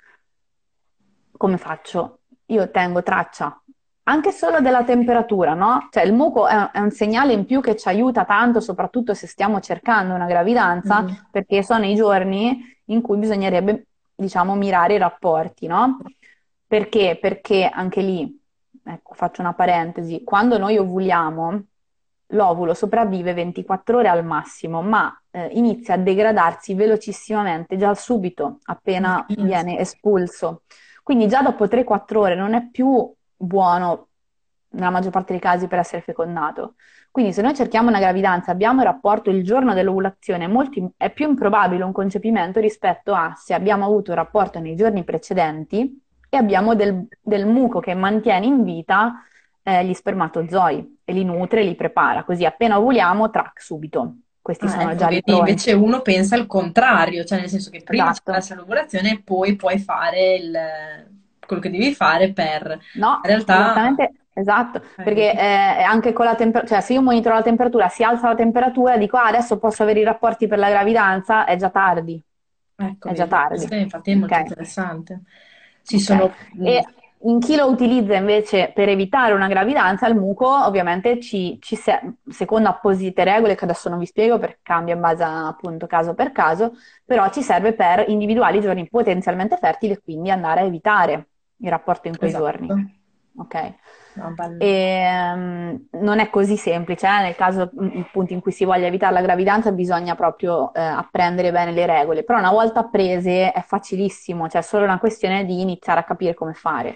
Come faccio? Io tengo traccia anche solo della temperatura, no? Cioè il muco è, è un segnale in più che ci aiuta tanto, soprattutto se stiamo cercando una gravidanza, Mm. perché sono i giorni in cui bisognerebbe, diciamo, mirare i rapporti, no? Perché? Perché anche lì, ecco, faccio una parentesi, quando noi ovuliamo, l'ovulo sopravvive ventiquattro ore al massimo, ma eh, inizia a degradarsi velocissimamente, già subito, appena Ok. viene espulso. Quindi già dopo tre quattro ore non è più buono, nella maggior parte dei casi, per essere fecondato. Quindi se noi cerchiamo una gravidanza, abbiamo il rapporto il giorno dell'ovulazione, molti- è più improbabile un concepimento rispetto a se abbiamo avuto un rapporto nei giorni precedenti e abbiamo del, del muco che mantiene in vita eh, gli spermatozoi e li nutre e li prepara, così appena ovuliamo, trac, subito. Questi Ah, sono ecco, già lì vedi, pronti. invece uno pensa il contrario, cioè nel senso che prima c'è la Esatto. l'ovulazione e poi puoi fare il, quello che devi fare per... In No, realtà, esattamente, esatto, eh, perché vedi? eh, anche con la temperatura, cioè se io monitoro la temperatura, si alza la temperatura, dico ah, adesso posso avere i rapporti per la gravidanza, è già tardi, Ecco, è già vedi, tardi, questo è, infatti è molto ok? interessante. Ci Ok. sono... mm, E in chi lo utilizza invece per evitare una gravidanza, il muco ovviamente ci, ci se- secondo apposite regole che adesso non vi spiego perché cambia in base a, appunto caso per caso, però ci serve per individuare i giorni potenzialmente fertili e quindi andare a evitare il rapporto in quei giorni. esatto, Ok? no, bello. E, mm, non è così semplice, eh, Nel caso mm, appunto in cui si voglia evitare la gravidanza bisogna proprio eh, apprendere bene le regole, però una volta apprese è facilissimo, cioè è solo una questione di iniziare a capire come fare.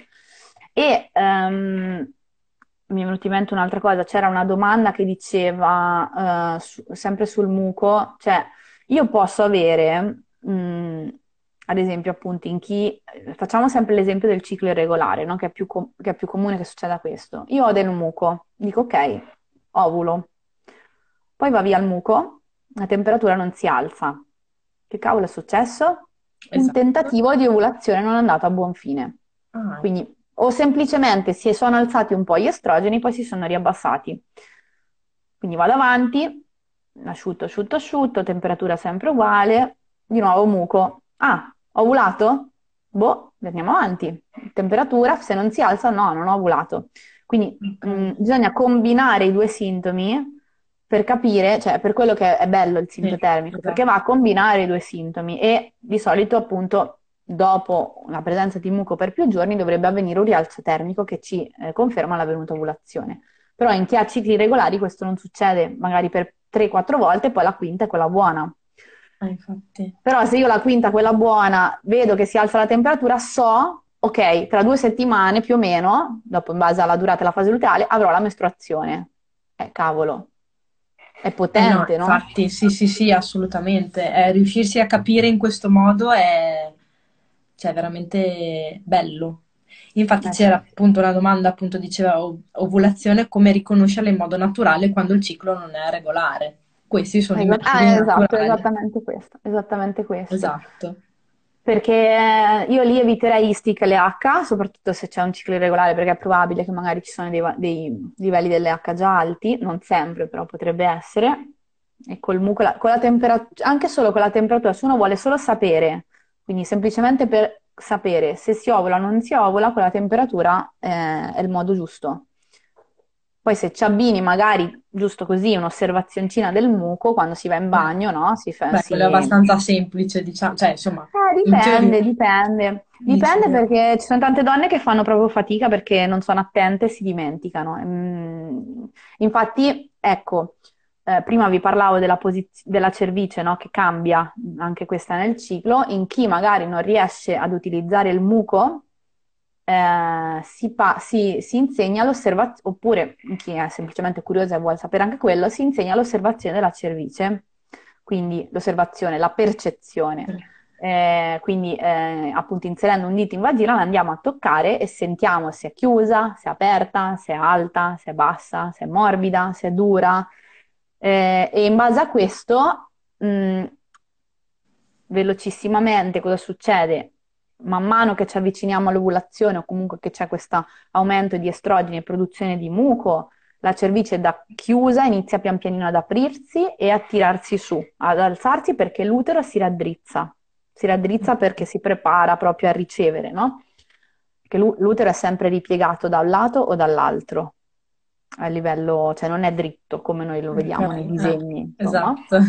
E ehm, mi è venuta in mente un'altra cosa, c'era una domanda che diceva, eh, su- sempre sul muco, cioè io posso avere, mh, ad esempio, appunto, in chi, facciamo sempre l'esempio del ciclo irregolare, no? Che è più, com- che è più comune che succeda questo. Io ho del muco, dico ok, ovulo, poi va via il muco, la temperatura non si alza. Che cavolo è successo? Un Esatto. tentativo di ovulazione non andato a buon fine. Ah, ecco. Quindi o semplicemente si sono alzati un po' gli estrogeni, poi si sono riabbassati. Quindi vado avanti, asciutto, asciutto, asciutto, temperatura sempre uguale, di nuovo muco. Ah, ho ovulato? Boh, andiamo avanti. Temperatura, se non si alza, no, non ho ovulato. Quindi Ok. mh, bisogna combinare i due sintomi per capire, cioè per quello che è bello il Sì, sintotermico, perché esatto. va a combinare i due sintomi e di solito appunto dopo la presenza di muco per più giorni dovrebbe avvenire un rialzo termico che ci eh, conferma l'avvenuta ovulazione. Però in chi ha cicli regolari questo non succede, magari per tre quattro volte, poi la quinta è quella buona. Ah, infatti. Però se io la quinta, quella buona, vedo che si alza la temperatura, so, ok, tra due settimane più o meno, dopo in base alla durata della fase luteale, avrò la mestruazione. Eh, cavolo, è Eh no, potente, no? infatti, sì, sì, sì, assolutamente. Eh, riuscirsi a capire in questo modo è, cioè, veramente bello. Infatti Eh c'era sì. appunto una domanda, appunto diceva ov- ovulazione, come riconoscerla in modo naturale quando il ciclo non è regolare. Questi sono i Esa- metodi ah, esatto, è naturali. esattamente questo, esattamente questo. Esatto. Perché eh, io lì eviterei i stick L H, soprattutto se c'è un ciclo irregolare, perché è probabile che magari ci sono dei, va- dei livelli delle H già alti, non sempre, però potrebbe essere. E col mu- con la, con la temperatura, anche solo con la temperatura, se uno vuole solo sapere, quindi semplicemente per sapere se si ovola o non si ovola, con la temperatura eh, è il modo giusto. Poi se ci abbini magari giusto così un'osservazioncina del muco quando si va in Eh, bagno, no? Si fa, Beh, quello è si, abbastanza semplice, diciamo, cioè, insomma, eh, in teoria dipende, dipende. dici, Dipende perché ci sono tante donne che fanno proprio fatica perché non sono attente e si dimenticano. Mm, Infatti, ecco, eh, prima vi parlavo della, posiz- della cervice, no, che cambia anche questa nel ciclo. In chi magari non riesce ad utilizzare il muco, eh, si, pa- si- si insegna l'osservazione, oppure in chi è semplicemente curiosa e vuole sapere anche quello, si insegna l'osservazione della cervice. Quindi l'osservazione, la percezione. Eh, quindi eh, appunto inserendo un dito in vagina la andiamo a toccare e sentiamo se è chiusa, se è aperta, se è alta, se è bassa, se è morbida, se è dura. Eh, e in base a questo, mh, velocissimamente cosa succede? Man mano che ci avviciniamo all'ovulazione o comunque che c'è questo aumento di estrogeni e produzione di muco, la cervice da chiusa inizia pian pianino ad aprirsi e a tirarsi su, ad alzarsi perché l'utero si raddrizza. Si raddrizza perché si prepara proprio a ricevere, no? Perché l'u- l'utero è sempre ripiegato da un lato o dall'altro, a livello, cioè non è dritto come noi lo ok, vediamo nei eh, disegni, insomma. esatto.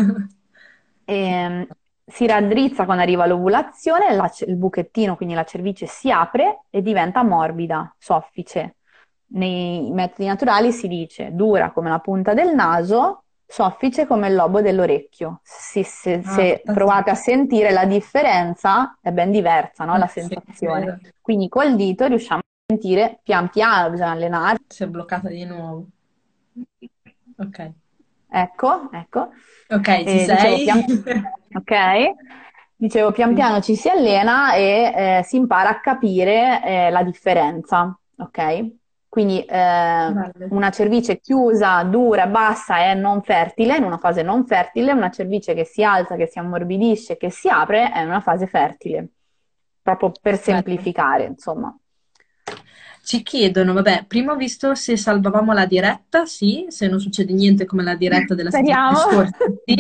E, si raddrizza quando arriva l'ovulazione, la ce- il buchettino, quindi la cervice, si apre e diventa morbida, soffice. Nei metodi naturali si dice dura come la punta del naso, soffice come il lobo dell'orecchio. Si- se, Ah, se provate a fantastico. sentire la differenza, è ben diversa, no? Eh, La sì, sensazione. vero. Quindi col dito riusciamo a sentire pian piano, bisogna allenarsi. Si è bloccata di nuovo. Ok. Ecco, ecco. Ok, ci E dicevo, sei? pian... ok? Dicevo, pian Sì. piano ci si allena e eh, si impara a capire eh, la differenza, ok? Quindi eh, Bello. una cervice chiusa, dura, bassa è non fertile, in una fase non fertile, una cervice che si alza, che si ammorbidisce, che si apre è in una fase fertile, proprio per Bello. semplificare, insomma. Ci chiedono, vabbè, prima ho visto se salvavamo la diretta, sì, se non succede niente come la diretta della settimana Speriamo. scorsa, sì.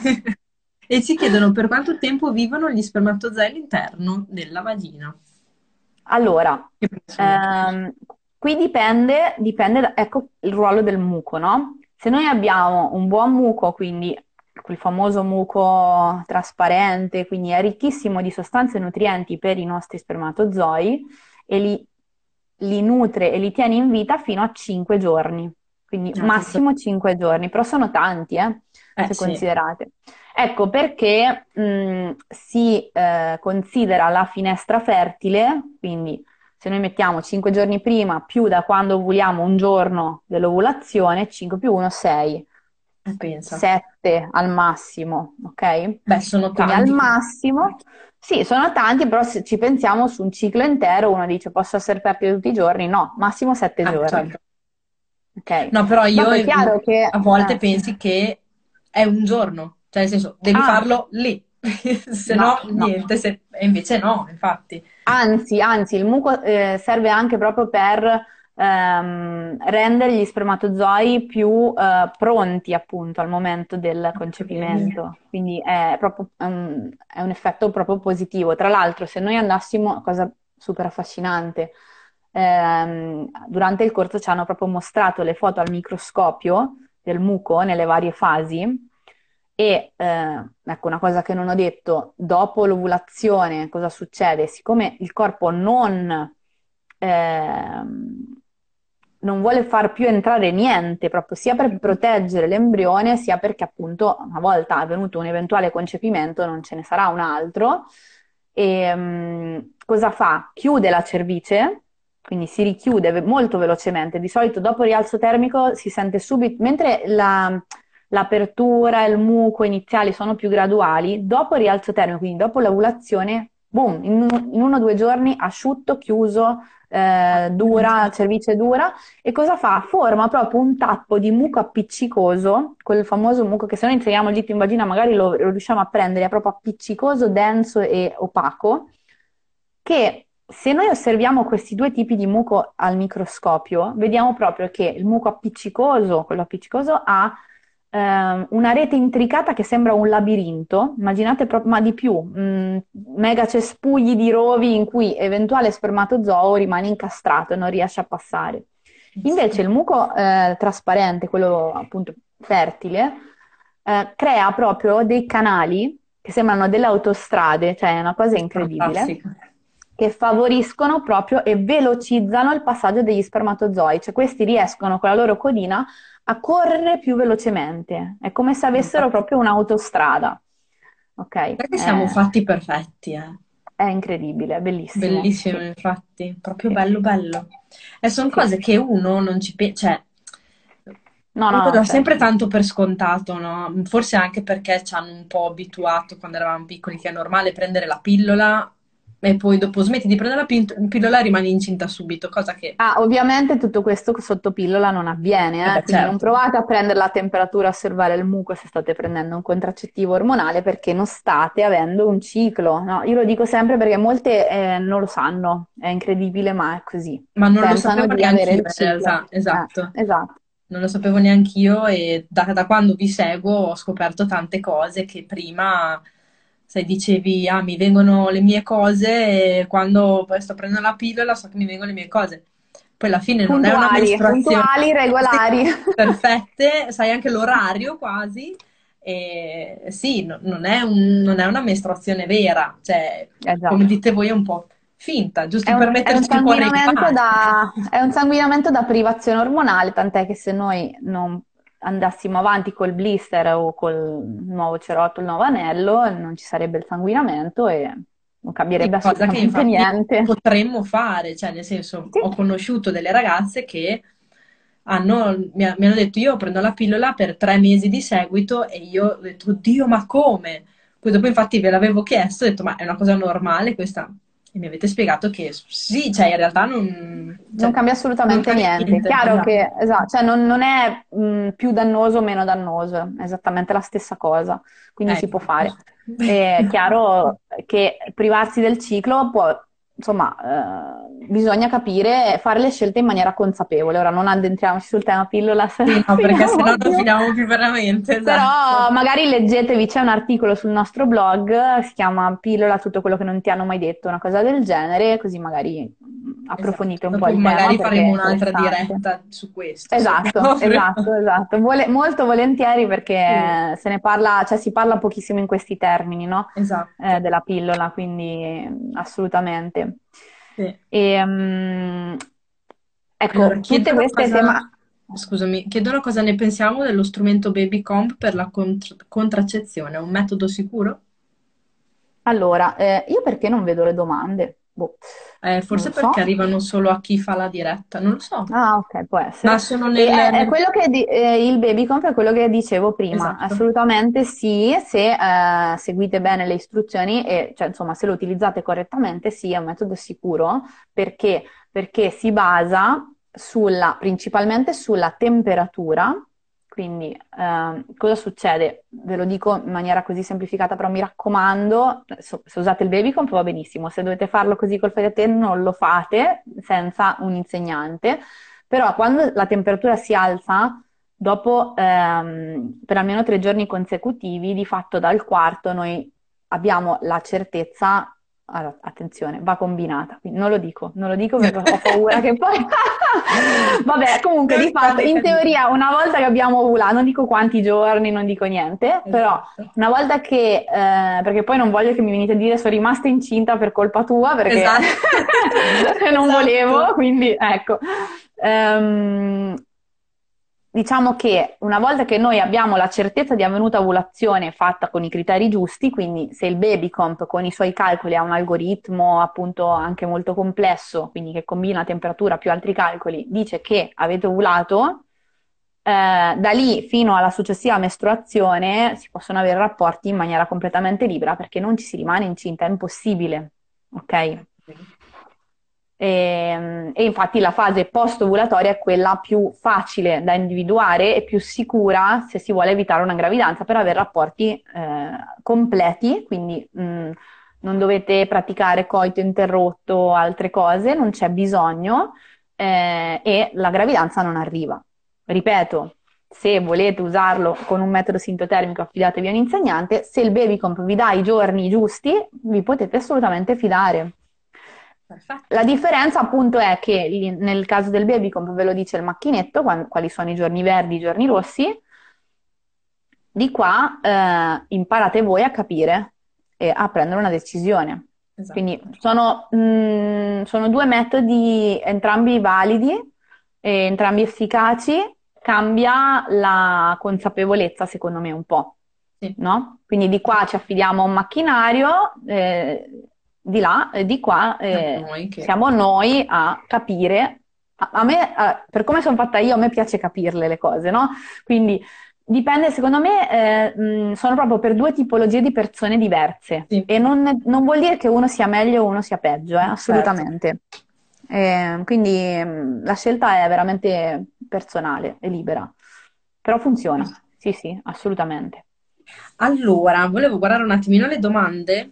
E ci chiedono per quanto tempo vivono gli spermatozoi all'interno della vagina. Allora, Che sono- ehm, qui dipende, dipende da, ecco il ruolo del muco, no? Se noi abbiamo un buon muco, quindi quel famoso muco trasparente, quindi è ricchissimo di sostanze nutrienti per i nostri spermatozoi e li, li nutre e li tiene in vita fino a cinque giorni, quindi Ah, proprio- massimo cinque giorni, però sono tanti, eh, Eh se sì, considerate. Ecco perché mh, si eh, considera la finestra fertile, quindi se noi mettiamo cinque giorni prima più da quando ovuliamo un giorno dell'ovulazione, cinque più uno, sei, eh, pensa. sette al massimo, ok? Beh, sono Quindi al tanti massimo, comunque. sì, sono tanti, però se ci pensiamo su un ciclo intero, uno dice posso essere fertile tutti i giorni? No, massimo sette Ah, giorni, certo. ok? No, però io Dopo è eh, chiaro che... a volte eh, pensi che è un giorno, cioè nel senso, devi ah, farlo lì, se no no, no. niente, se- e invece no, infatti. Anzi, anzi, il muco eh, serve anche proprio per ehm, rendere gli spermatozoi più eh, pronti appunto al momento del Che bene. concepimento. Quindi è proprio è un, è un effetto proprio positivo. Tra l'altro, se noi andassimo, cosa super affascinante, ehm, durante il corso ci hanno proprio mostrato le foto al microscopio del muco nelle varie fasi. E eh, ecco una cosa che non ho detto, dopo l'ovulazione cosa succede? Siccome il corpo non, ehm, non vuole far più entrare niente, proprio sia per proteggere l'embrione, sia perché appunto una volta avvenuto un eventuale concepimento non ce ne sarà un altro, e mm, cosa fa? Chiude la cervice, quindi si richiude ve- molto velocemente. Di solito dopo il rialzo termico si sente subito, mentre la l'apertura e il muco iniziali sono più graduali, dopo il rialzo termico, quindi dopo l'ovulazione, boom, in, un- in uno o due giorni asciutto, chiuso, eh, dura, cervice dura, e cosa fa? Forma proprio un tappo di muco appiccicoso, quel famoso muco che se noi inseriamo il dito in vagina magari lo, lo riusciamo a prendere, è proprio appiccicoso, denso e opaco, che se noi osserviamo questi due tipi di muco al microscopio, vediamo proprio che il muco appiccicoso, quello appiccicoso, ha ehm, una rete intricata che sembra un labirinto, immaginate proprio, ma di più, mh, mega cespugli di rovi in cui eventuale spermatozoo rimane incastrato e non riesce a passare. Invece il muco eh, trasparente, quello appunto fertile, eh, crea proprio dei canali che sembrano delle autostrade, cioè è una cosa incredibile, Fantastico. che favoriscono proprio e velocizzano il passaggio degli spermatozoi, cioè questi riescono con la loro codina a correre più velocemente, è come se avessero Infatti, proprio un'autostrada, ok? perché siamo È, fatti perfetti, eh. è incredibile, è bellissimo, Bellissimo, sì, infatti, proprio sì, bello bello. E sono sì. cose che uno non ci pensa, cioè, No, uno no, no, dà sempre certo. tanto per scontato, no? Forse anche perché ci hanno un po' abituato quando eravamo piccoli che è normale prendere la pillola e poi dopo smetti di prendere la pin- pillola e rimani incinta subito, cosa che, Ah, ovviamente tutto questo sotto pillola non avviene, eh, vabbè, quindi non certo, provate a prendere la temperatura, a osservare il muco se state prendendo un contraccettivo ormonale perché non state avendo un ciclo, no? Io lo dico sempre perché molte eh, non lo sanno, è incredibile, ma è così. ma non lo Pensano sapevo di avere neanch'io il in ciclo. realtà, esatto. Eh, esatto. Non lo sapevo neanch'io e da, da quando vi seguo ho scoperto tante cose che prima, sai, dicevi, ah, mi vengono le mie cose e quando poi sto prendendo la pillola so che mi vengono le mie cose. Poi alla fine non è una Puntuali, mestruazione puntuali, sì, regolari. perfette, sai anche l'orario quasi. E sì, no- non è un- non è una mestruazione vera, cioè, Eh già. come dite voi, è un po' finta, È giusto per un, è un metterci un po' nei sanguinamento panni. da, è un sanguinamento da privazione ormonale, tant'è che se noi non andassimo avanti col blister o col nuovo cerotto, il nuovo anello, non ci sarebbe il sanguinamento e non Sì, cambierebbe cosa che assolutamente infatti niente. potremmo fare, cioè nel senso Sì, ho conosciuto delle ragazze che hanno, mi, ha- mi hanno detto io prendo la pillola per tre mesi di seguito e io ho detto oddio ma come? Poi dopo infatti ve l'avevo chiesto, ho detto ma è una cosa normale questa? E mi avete spiegato che sì, cioè in realtà non, Non cioè, cambia non assolutamente cambia niente. niente. Chiaro Esatto. che, esatto, cioè non, non è mh, più dannoso o meno dannoso, è esattamente la stessa cosa, quindi Eh, si può infatti. fare. È chiaro che privarsi del ciclo può, insomma, eh, bisogna capire, fare le scelte in maniera consapevole. Ora non addentriamoci sul tema pillola, se Sì, no no, perché se no finiamo non più. finiamo più veramente, esatto. Però magari leggetevi, c'è un articolo sul nostro blog, si chiama Pillola, tutto quello che non ti hanno mai detto, una cosa del genere, così magari mm, Esatto. approfondite un po' Dopo il tema magari perché è faremo un'altra interessante. diretta su questo, se Esatto, proprio. esatto, esatto. Vole- molto volentieri Sì, perché se ne parla, cioè si parla pochissimo in questi termini, no? Eh, esatto. della pillola, quindi mm, assolutamente. Sì. E, mm, Allora, ecco, tutte chiedono queste cosa, tematiche. scusami, chiedono cosa ne pensiamo dello strumento Baby Comp per la contr- contraccezione, è un metodo sicuro? Allora, eh, io perché non vedo le domande? Boh, Eh, non forse lo so. perché arrivano solo a chi fa la diretta, non lo so, Ah, ok, può ma essere. sono E nel, è, è nel- quello che di- eh, il baby comp è quello che dicevo prima. Esatto. Assolutamente sì, se eh, seguite bene le istruzioni e cioè, insomma, se lo utilizzate correttamente, sì, è un metodo sicuro perché, perché si basa sulla, principalmente sulla temperatura. Quindi, ehm, cosa succede? Ve lo dico in maniera così semplificata, però mi raccomando, so- se usate il baby comp va benissimo, se dovete farlo così col fai da te non lo fate senza un insegnante, però quando la temperatura si alza, dopo ehm, per almeno tre giorni consecutivi, di fatto dal quarto noi abbiamo la certezza, allora, attenzione, va combinata, quindi non lo dico, non lo dico perché ho paura che poi... Vabbè, comunque di Non fatto, cade in casino. teoria, una volta che abbiamo ovulato, non dico quanti giorni, non dico niente, però Esatto. una volta che, eh, perché poi non voglio che mi venite a dire sono rimasta incinta per colpa tua, perché Esatto. non volevo, Esatto. quindi ecco. Ehm, diciamo che una volta che noi abbiamo la certezza di avvenuta ovulazione fatta con i criteri giusti, quindi se il Babycomp con i suoi calcoli ha un algoritmo appunto anche molto complesso, quindi che combina temperatura più altri calcoli, dice che avete ovulato, eh, da lì fino alla successiva mestruazione si possono avere rapporti in maniera completamente libera perché non ci si rimane incinta, è impossibile, ok? E, e infatti la fase post-ovulatoria è quella più facile da individuare e più sicura se si vuole evitare una gravidanza per avere rapporti eh, completi, quindi mh, non dovete praticare coito interrotto o altre cose, non c'è bisogno eh, e la gravidanza non arriva. Ripeto, se volete usarlo con un metodo sintotermico affidatevi a un insegnante, se il Babycomp vi dà i giorni giusti vi potete assolutamente fidare. Perfetto. La differenza appunto è che lì- nel caso del Babycomp ve lo dice il macchinetto, quan- quali sono i giorni verdi, i giorni rossi, di qua eh, imparate voi a capire e a prendere una decisione. Quindi Esatto. sono, mh, sono due metodi, entrambi validi, e entrambi efficaci, cambia la consapevolezza secondo me un po', Sì. no? Quindi di qua ci affidiamo a un macchinario, eh, di là, eh, di qua Siamo eh, noi che... siamo noi a capire. A, a me, eh, per come sono fatta io, a me piace capirle le cose, no? Quindi dipende, secondo me, eh, mh, sono proprio per due tipologie di persone diverse Sì, e non, non vuol dire che uno sia meglio o uno sia peggio, eh, certo. assolutamente. Eh, quindi mh, la scelta è veramente personale e libera, però funziona, sì, sì, assolutamente. Allora, volevo guardare un attimino le domande,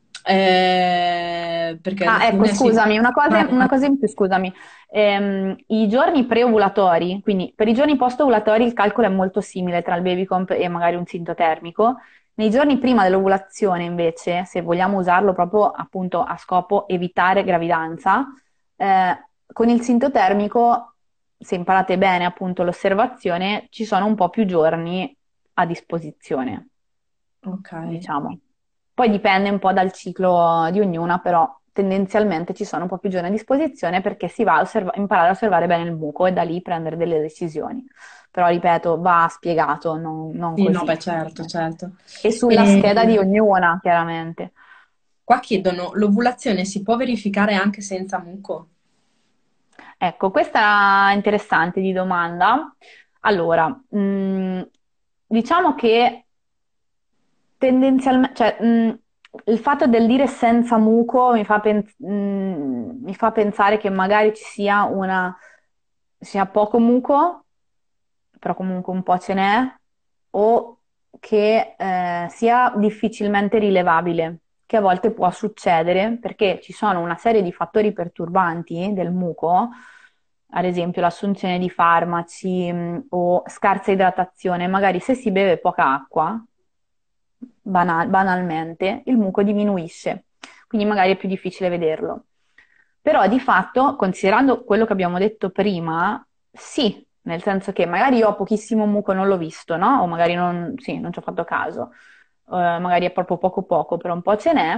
eh, perché alla Ah, ecco, fine sì. scusami, una cosa, Vai, una vai. cosa in più, scusami. Ehm, i giorni preovulatori, quindi per i giorni post-ovulatori il calcolo è molto simile tra il babycomp e magari un sintotermico. Nei giorni prima dell'ovulazione, invece, se vogliamo usarlo proprio appunto a scopo evitare gravidanza, eh, con il sintotermico, se imparate bene appunto l'osservazione, ci sono un po' più giorni a disposizione, Ok. diciamo. Poi dipende un po' dal ciclo di ognuna, però tendenzialmente ci sono un po' più giorni a disposizione perché si va a osserva- imparare a osservare bene il muco e da lì prendere delle decisioni. Però ripeto, va spiegato, non, non Sì, no, così. beh, certo, certo. E sulla E scheda di ognuna, chiaramente. qua chiedono, l'ovulazione si può verificare anche senza muco? Ecco, questa è interessante di domanda. Allora, mh, diciamo che tendenzialmente, cioè, mh, il fatto del dire senza muco mi fa, pen- mm, mi fa pensare che magari ci sia una, sia poco muco, però comunque un po' ce n'è, o che eh, sia difficilmente rilevabile, che a volte può succedere perché ci sono una serie di fattori perturbanti del muco, ad esempio l'assunzione di farmaci, mh, o scarsa idratazione. Magari se si beve poca acqua, banal- banalmente, il muco diminuisce, quindi magari è più difficile vederlo. Però di fatto, considerando quello che abbiamo detto prima, sì, nel senso che magari io ho pochissimo muco e non l'ho visto, no? O magari non, sì, non ci ho fatto caso. Eh, magari è proprio poco poco, però un po' ce n'è,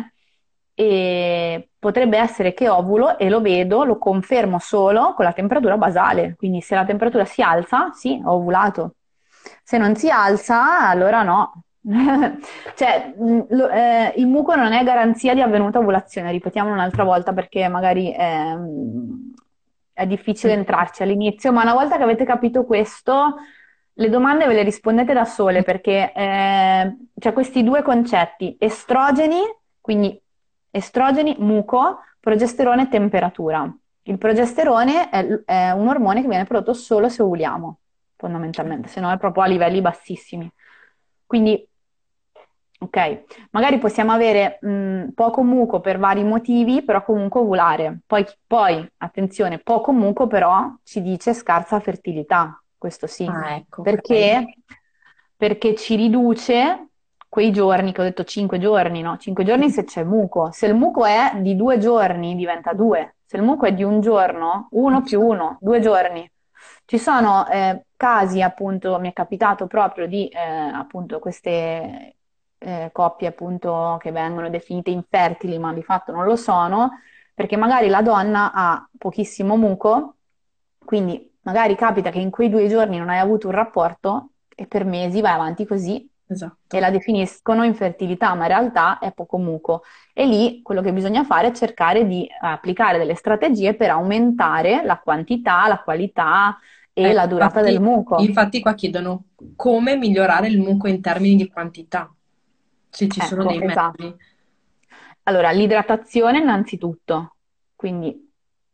e potrebbe essere che ovulo e lo vedo, lo confermo solo con la temperatura basale, quindi se la temperatura si alza, sì, ho ovulato. Se non si alza, allora no. Cioè, mh, lo- eh, il muco non è garanzia di avvenuta ovulazione, ripetiamolo un'altra volta perché magari ehm, è difficile entrarci all'inizio, ma una volta che avete capito questo, le domande ve le rispondete da sole perché eh, c'è questi due concetti, estrogeni, quindi estrogeni, muco, progesterone, temperatura. Il progesterone è, è un ormone che viene prodotto solo se ovuliamo, fondamentalmente, se no è proprio a livelli bassissimi. Quindi, ok, magari possiamo avere mh, poco muco per vari motivi, però comunque ovulare. Poi, poi, attenzione, poco muco però ci dice scarsa fertilità, questo sì. Ah, ecco, ok. Perché? Perché ci riduce quei giorni, che ho detto cinque giorni, no? cinque giorni se c'è muco. Se il muco è di due giorni, diventa due. Se il muco è di un giorno, uno più uno, due giorni. Ci sono eh, casi, appunto, mi è capitato proprio di eh, appunto queste eh, coppie appunto che vengono definite infertili, ma di fatto non lo sono, perché magari la donna ha pochissimo muco, quindi magari capita che in quei due giorni non hai avuto un rapporto e per mesi vai avanti così e Esatto. la definiscono infertilità, ma in realtà è poco muco. E lì quello che bisogna fare è cercare di applicare delle strategie per aumentare la quantità, la qualità e Ecco, la durata del infatti, muco. infatti qua chiedono come migliorare il muco in termini di quantità, se ci sono Ecco, dei esatto. metodi. Allora, l'idratazione innanzitutto, quindi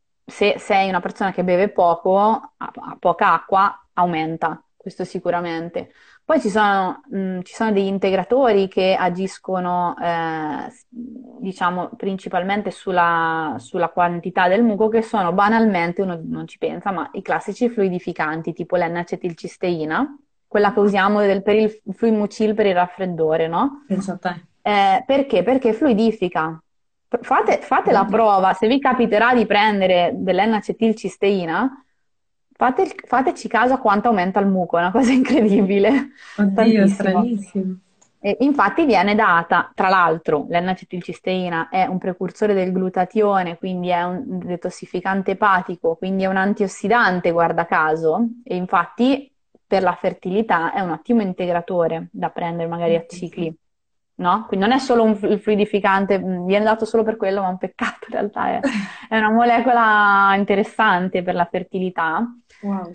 se sei una persona che beve poco, ha, ha poca acqua, aumenta, questo sicuramente. Poi ci sono, mh, ci sono degli integratori che agiscono, eh, s- diciamo, principalmente sulla, sulla quantità del muco, che sono banalmente, uno non ci pensa, ma i classici fluidificanti, tipo l'N-acetilcisteina, quella che usiamo del- per il Fluimucil per il raffreddore, no? Pensa a te. Eh, perché? Perché fluidifica. Fate, fate la Vedi? prova, se vi capiterà di prendere dell'N-acetilcisteina, fate- fateci caso a quanto aumenta il muco, è una cosa incredibile, Oddio, tantissimo. stranissimo. E infatti viene data, tra l'altro, l'N-acetilcisteina è un precursore del glutatione, quindi è un detossificante epatico, quindi è un antiossidante, guarda caso, e infatti per la fertilità è un ottimo integratore da prendere magari a cicli, no? Quindi non è solo un flu- il fluidificante, mh, viene dato solo per quello, ma è un peccato in realtà, è, è una molecola interessante per la fertilità. Wow.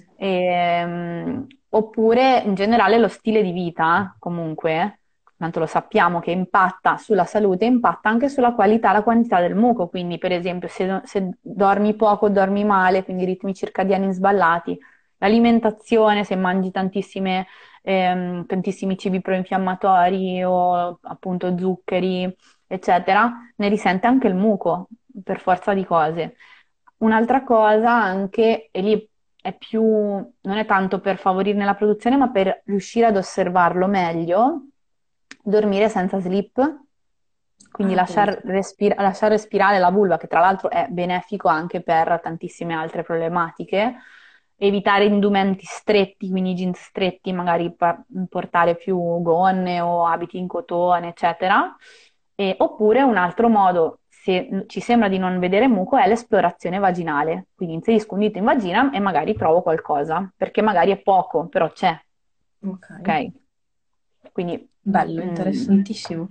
Ehm, oppure in generale lo stile di vita, comunque, tanto lo sappiamo che impatta sulla salute, impatta anche sulla qualità e la quantità del muco. Quindi, per esempio, se, se dormi poco, dormi male, quindi ritmi circadiani sballati, l'alimentazione, se mangi tantissime, ehm, tantissimi cibi proinfiammatori o appunto zuccheri, eccetera, ne risente anche il muco, per forza di cose. Un'altra cosa anche, e lì è più, non è tanto per favorirne la produzione, ma per riuscire ad osservarlo meglio, dormire senza slip, quindi Ah, pensa. lasciar, respir- lasciar respirare la vulva, che tra l'altro è benefico anche per tantissime altre problematiche, evitare indumenti stretti, quindi jeans stretti, magari pa- portare più gonne o abiti in cotone, eccetera. E- oppure un altro modo, se n- ci sembra di non vedere muco, è l'esplorazione vaginale. Quindi inserisco un dito in vagina e magari trovo qualcosa, perché magari è poco, però c'è. Ok. Ok? Quindi, Bello, mm, interessantissimo.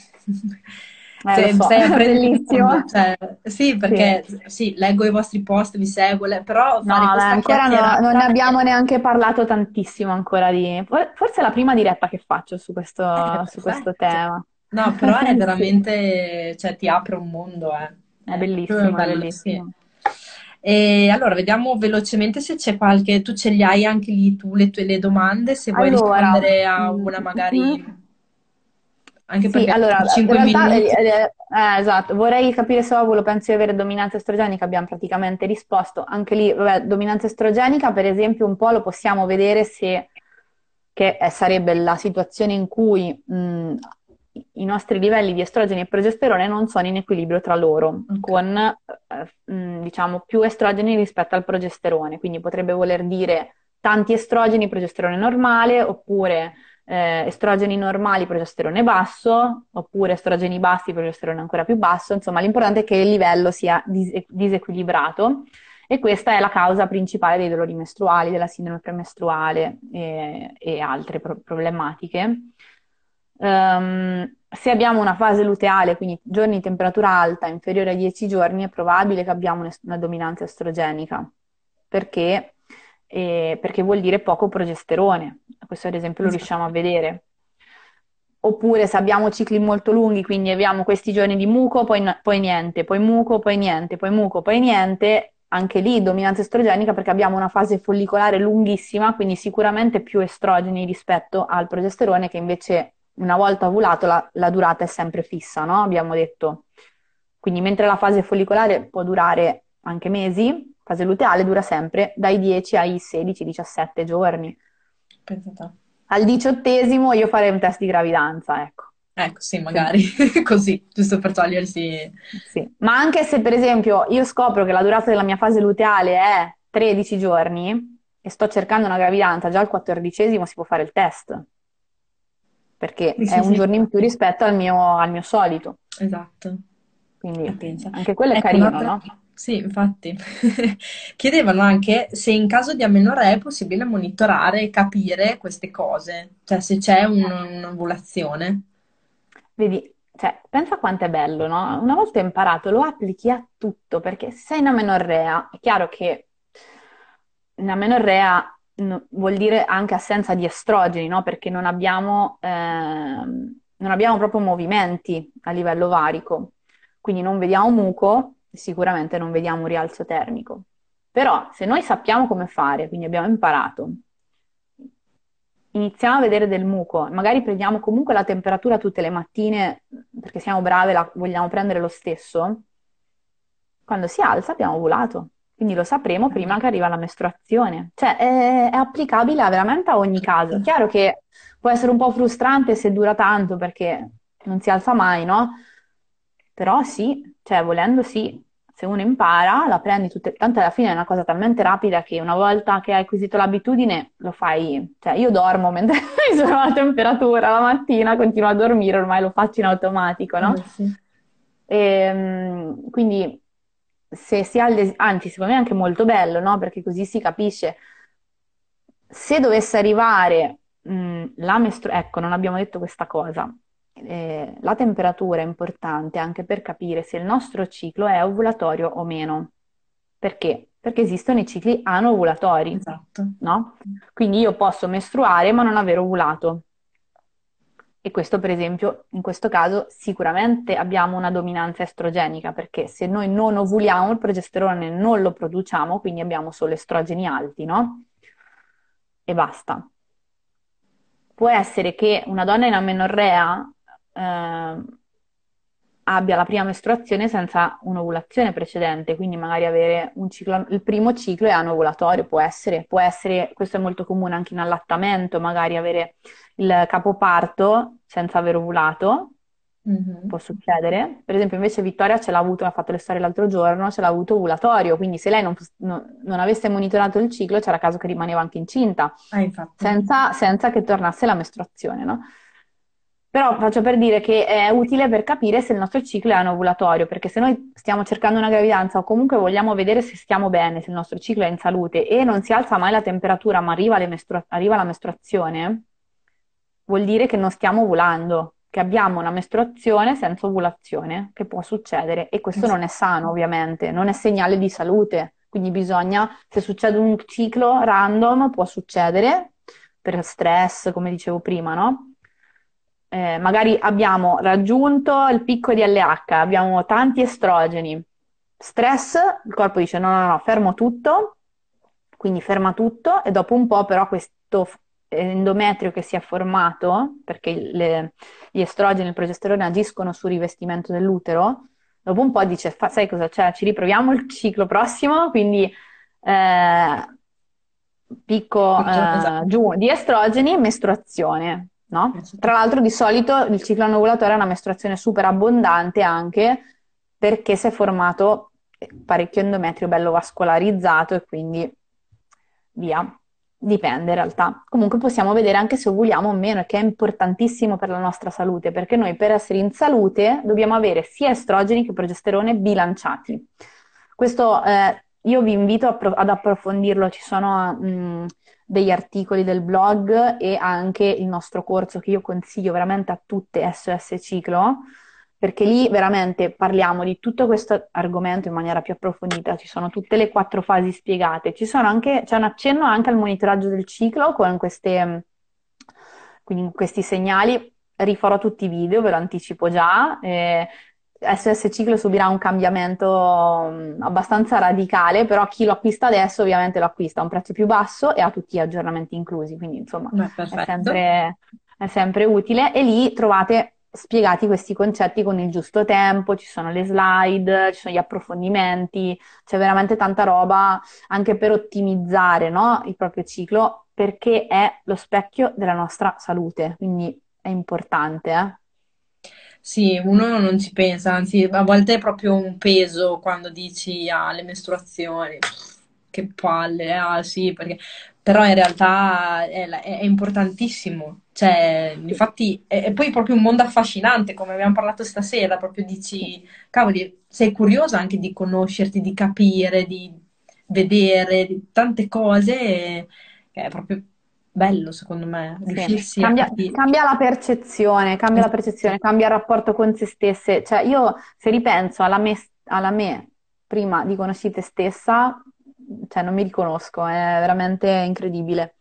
eh, lo Se- so, Stai aprendo un mondo, bellissimo. cioè, sì, Sì. perché sì, leggo i vostri post, vi seguo, le- però No, fare beh, questa ancora no- non ne chiacchierata è... abbiamo neanche parlato tantissimo ancora di... for- Forse è la prima diretta che faccio su è questo, su questo perfetto. tema. No, però è Sì, veramente, cioè ti apre un mondo, eh. è È proprio bellissimo, è bello, sì. bellissimo. E allora, vediamo velocemente se c'è qualche, tu ce li hai anche lì tu, le tue le domande, se vuoi Allora, rispondere a mm, una mm, mm. magari, anche Sì, perché allora, sono in cinque realtà, eh, minuti. eh, eh, esatto, vorrei capire se ovulo penso di avere dominanza estrogenica, abbiamo praticamente risposto. Anche lì, vabbè, dominanza estrogenica, per esempio, un po' lo possiamo vedere se, che eh, sarebbe la situazione in cui mh, i nostri livelli di estrogeni e progesterone non sono in equilibrio tra loro, Ok, con, eh, mh, diciamo, più estrogeni rispetto al progesterone. Quindi potrebbe voler dire tanti estrogeni, progesterone normale, oppure eh, estrogeni normali, progesterone basso, oppure estrogeni bassi, progesterone ancora più basso. Insomma, l'importante è che il livello sia dis- disequilibrato e questa è la causa principale dei dolori mestruali, della sindrome premestruale e, e altre pro- problematiche. Ehm, se abbiamo una fase luteale, quindi giorni di temperatura alta inferiore ai dieci giorni, è probabile che abbiamo una, una dominanza estrogenica. Perché? Eh, perché vuol dire poco progesterone. Questo ad esempio lo riusciamo a esatto. vedere. Oppure se abbiamo cicli molto lunghi, quindi abbiamo questi giorni di muco, poi, no- poi niente, poi muco, poi niente, poi muco, poi niente, anche lì dominanza estrogenica perché abbiamo una fase follicolare lunghissima, quindi sicuramente più estrogeni rispetto al progesterone che invece una volta ovulato la, la durata è sempre fissa, no? Abbiamo detto. Quindi mentre la fase follicolare può durare anche mesi, fase luteale dura sempre dai dieci ai sedici diciassette giorni. Pensate. Al diciottesimo io farei un test di gravidanza, ecco. Ecco, sì, Se- magari così, giusto per togliersi. sì. Ma anche se per esempio io scopro che la durata della mia fase luteale è tredici giorni e sto cercando una gravidanza, già al quattordicesimo si può fare il test, perché Sì, è sì, un sì, giorno in più rispetto al mio, al mio solito. esatto. Quindi Eh, pensa. anche quello è Ecco, carino, un'altra... no? Sì, infatti. Chiedevano anche se in caso di amenorrea è possibile monitorare e capire queste cose, cioè se c'è un- un'ovulazione. Vedi, cioè, pensa quanto è bello, no? Una volta imparato, lo applichi a tutto, perché se sei in amenorrea, è chiaro che in amenorrea no- vuol dire anche assenza di estrogeni, no? Perché non abbiamo, ehm, non abbiamo proprio movimenti a livello ovarico, quindi non vediamo muco, sicuramente non vediamo un rialzo termico. Però se noi sappiamo come fare, quindi abbiamo imparato, iniziamo a vedere del muco, magari prendiamo comunque la temperatura tutte le mattine perché siamo brave, la vogliamo prendere lo stesso, quando si alza abbiamo ovulato, quindi lo sapremo prima che arriva la mestruazione. Cioè è, è applicabile a veramente a ogni caso. È chiaro che può essere un po' frustrante se dura tanto perché non si alza mai, no? Però sì, cioè volendo sì, se uno impara, la prendi tutte, tanto alla fine è una cosa talmente rapida che una volta che hai acquisito l'abitudine lo fai, cioè io dormo mentre misuro la temperatura la mattina, continuo a dormire, ormai lo faccio in automatico, no? Eh, sì. Ehm, quindi se si ha il des- anzi, secondo me è anche molto bello, no? Perché così si capisce. Se dovesse arrivare mh, la mestruazione, ecco, non abbiamo detto questa cosa. Eh, la temperatura è importante anche per capire se il nostro ciclo è ovulatorio o meno. Perché? Perché esistono i cicli anovulatori, Esatto. no? Quindi io posso mestruare ma non aver ovulato. E questo, per esempio, in questo caso sicuramente abbiamo una dominanza estrogenica, perché se noi non ovuliamo, il progesterone non lo produciamo, quindi abbiamo solo estrogeni alti, no? E basta. Può essere che una donna in amenorrea eh, abbia la prima mestruazione senza un'ovulazione precedente, quindi magari avere un ciclo, il primo ciclo è anovulatorio, può essere, può essere, questo è molto comune anche in allattamento, magari avere il capoparto senza aver ovulato, può Mhm. succedere. Per esempio, invece Vittoria ce l'ha avuto, ha fatto le storie l'altro giorno, ce l'ha avuto ovulatorio, quindi se lei non, non- non avesse monitorato il ciclo, c'era caso che rimaneva anche incinta, Ah, infatti. senza, senza che tornasse la mestruazione, no? Però faccio per dire che è utile per capire se il nostro ciclo è anovulatorio, perché se noi stiamo cercando una gravidanza o comunque vogliamo vedere se stiamo bene, se il nostro ciclo è in salute e non si alza mai la temperatura, ma arriva, le mestru- arriva la mestruazione, vuol dire che non stiamo ovulando, che abbiamo una mestruazione senza ovulazione, che può succedere e questo non è sano, ovviamente, non è segnale di salute. Quindi bisogna, se succede un ciclo random, può succedere per stress, come dicevo prima, no? eh, magari abbiamo raggiunto il picco di L H, abbiamo tanti estrogeni, stress, il corpo dice no, no, no, fermo tutto, quindi ferma tutto e dopo un po' però questo f- endometrio che si è formato, perché le- gli estrogeni e il progesterone agiscono sul rivestimento dell'utero, dopo un po' dice, fa- sai cosa c'è? Ci riproviamo il ciclo prossimo, quindi eh, picco eh, Esatto. giù di estrogeni, mestruazione, no? Tra l'altro di solito il ciclo anovulatorio è una mestruazione super abbondante anche perché si è formato parecchio endometrio bello vascolarizzato e quindi via. Dipende in realtà. Comunque possiamo vedere anche se ovuliamo o meno, e che è importantissimo per la nostra salute, perché noi per essere in salute dobbiamo avere sia estrogeni che progesterone bilanciati. Questo eh, io vi invito a pro- ad approfondirlo, ci sono mh, degli articoli del blog e anche il nostro corso che io consiglio veramente a tutte, S O S Ciclo, perché lì veramente parliamo di tutto questo argomento in maniera più approfondita, ci sono tutte le quattro fasi spiegate, ci sono anche, c'è un accenno anche al monitoraggio del ciclo con queste, quindi questi segnali, rifarò tutti i video, ve lo anticipo già. eh, S O S Ciclo subirà un cambiamento mh, abbastanza radicale, però chi lo acquista adesso ovviamente lo acquista a un prezzo più basso e ha tutti gli aggiornamenti inclusi, quindi insomma Beh, è perfetto. sempre, è sempre utile e lì trovate spiegati questi concetti con il giusto tempo, ci sono le slide, ci sono gli approfondimenti, c'è veramente tanta roba anche per ottimizzare, no, il proprio ciclo perché è lo specchio della nostra salute, quindi è importante, eh. Sì, uno non ci pensa, anzi, a volte è proprio un peso quando dici ah, le mestruazioni, pff, che palle, ah sì, perché però in realtà è, la- è importantissimo, cioè, Sì, infatti, è, è poi proprio un mondo affascinante, come abbiamo parlato stasera, proprio sì. dici, cavoli, sei curiosa anche di conoscerti, di capire, di vedere, di tante cose, e- che è proprio bello, secondo me, Sì, riuscirsi a cambia, capire. cambia la percezione, cambia la Esatto. percezione, cambia il rapporto con se stesse. Cioè, io se ripenso alla me, alla me prima di conosci te stessa, cioè non mi riconosco, è veramente incredibile.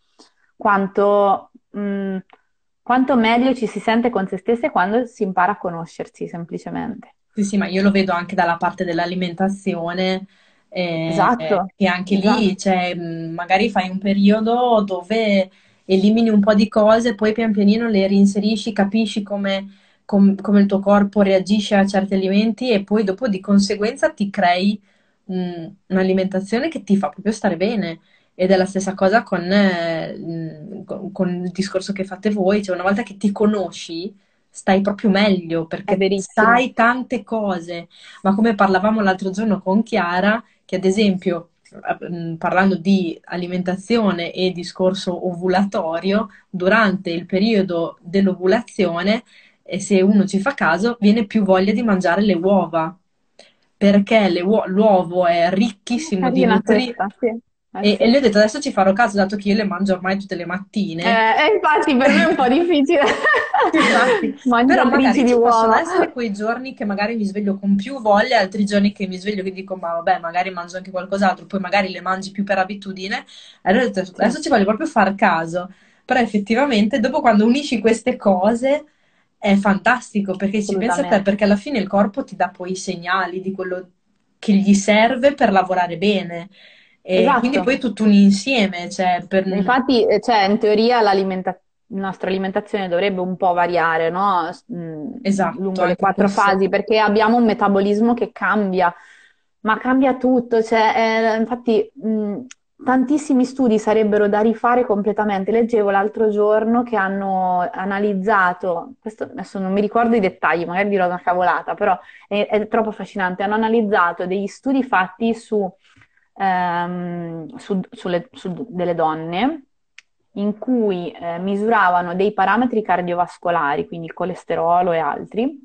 Quanto, mh, quanto meglio ci si sente con se stesse quando si impara a conoscersi, semplicemente. Sì, sì, ma io lo vedo anche dalla parte dell'alimentazione, eh, Esatto, che anche esatto. lì, cioè, mh, magari fai un periodo dove elimini un po' di cose, poi pian pianino le reinserisci, capisci come, com- come il tuo corpo reagisce a certi alimenti e poi dopo di conseguenza ti crei mh, un'alimentazione che ti fa proprio stare bene. Ed è la stessa cosa con, eh, mh, con con il discorso che fate voi, cioè una volta che ti conosci stai proprio meglio È perché verissimo. sai tante cose, ma come parlavamo l'altro giorno con Chiara, che ad esempio, eh, mh, parlando di alimentazione e discorso ovulatorio, durante il periodo dell'ovulazione, e se uno ci fa caso, viene più voglia di mangiare le uova, perché le uo- l'uovo è ricchissimo di Carina nutrienti. questa, sì. Eh E, sì. e le ho detto adesso ci farò caso, dato che io le mangio ormai tutte le Eh, mattine. e infatti per me è un po' difficile. Infatti, però Mangiatrici magari di ci possono uova. essere quei giorni che magari mi sveglio con più voglia, altri giorni che mi sveglio che dico, ma vabbè, magari mangio anche qualcos'altro, poi magari le mangi più per abitudine. E allora ho detto, Sì, adesso ci voglio proprio far caso. Però effettivamente, dopo quando unisci queste cose, è fantastico, perché ci pensa a te, assolutamente. perché alla fine il corpo ti dà poi i segnali di quello che gli serve per lavorare bene. E quindi Esatto. poi è tutto un insieme, cioè per... Infatti, eh, cioè, in teoria l'alimenta- la nostra alimentazione dovrebbe un po' variare, no? S- mh, Esatto, lungo le anche quattro questo. fasi, perché abbiamo un metabolismo che cambia, ma cambia tutto. Cioè, eh, infatti, mh, tantissimi studi sarebbero da rifare completamente. Leggevo l'altro giorno che hanno analizzato, questo adesso non mi ricordo i dettagli, magari dirò una cavolata, però è, è troppo affascinante. Hanno analizzato degli studi fatti su ehm, su, sulle- su delle donne in cui eh, misuravano dei parametri cardiovascolari, quindi il colesterolo e altri,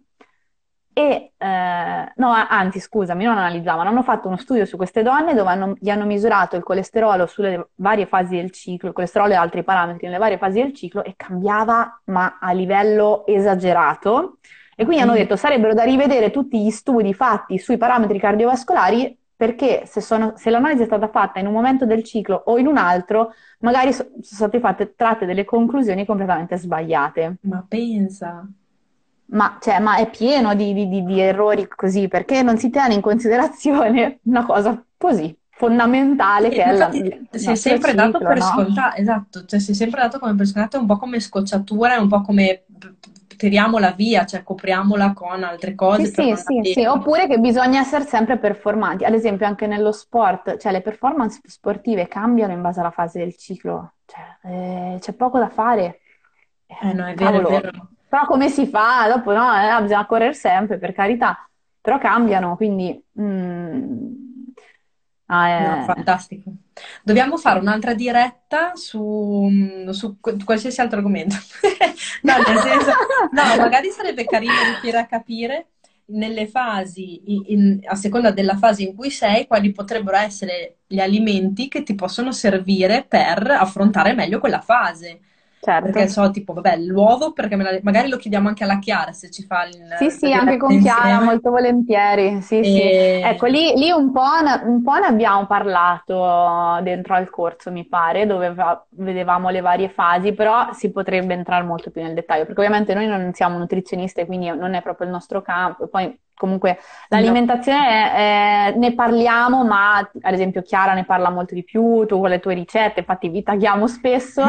e eh, no, anzi, scusami, non analizzavano, hanno fatto uno studio su queste donne dove hanno- gli hanno misurato il colesterolo sulle varie fasi del ciclo, il colesterolo e altri parametri nelle varie fasi del ciclo e cambiava, ma a livello esagerato. E Ok. quindi hanno detto sarebbero da rivedere tutti gli studi fatti sui parametri cardiovascolari perché se, sono- se l'analisi è stata fatta in un momento del ciclo o in un altro, magari so- sono state fatte, tratte delle conclusioni completamente sbagliate. Ma pensa. Ma, cioè, ma è pieno di, di- di- di errori così, perché non si tiene in considerazione una cosa così fondamentale Sì, che è la- infatti il si è nostro sempre dato ciclo, per no? scontato, esatto, cioè si è sempre dato come per scontato, è un po' come scocciatura, è un po' come p- p- tiriamola via, cioè copriamola con altre Sì, cose per sì, non sì, sì, averla. oppure che bisogna essere sempre performanti. Ad esempio, anche nello sport, cioè le performance sportive cambiano in base alla fase del ciclo, cioè eh, c'è poco da fare. Eh no, Eh, è vero, è cavolo, vero. però come si fa? Dopo no, eh, bisogna correre sempre, per carità, però cambiano, quindi mm, ah, No, eh, fantastico. Dobbiamo fare sì. un'altra diretta su, su qualsiasi altro argomento. No, nel senso, no, magari sarebbe carino riuscire a capire nelle fasi, in- in- a seconda della fase in cui sei, quali potrebbero essere gli alimenti che ti possono servire per affrontare meglio quella fase. Perché Certo. so, tipo, vabbè, l'uovo, perché me la- magari lo chiediamo anche alla Chiara se ci fa il- Sì, la sì, anche diretta con Chiara, insieme. molto volentieri. Sì, sì. Ecco, E... lì, lì un po', ne, un po' ne abbiamo parlato dentro al corso, mi pare, dove va- vedevamo le varie fasi, però si potrebbe entrare molto più nel dettaglio, perché ovviamente noi non siamo nutrizioniste, quindi non è proprio il nostro campo. Poi, comunque, No. l'alimentazione è- è- ne parliamo, ma ad esempio Chiara ne parla molto di più, tu con le tue ricette, infatti vi tagliamo spesso,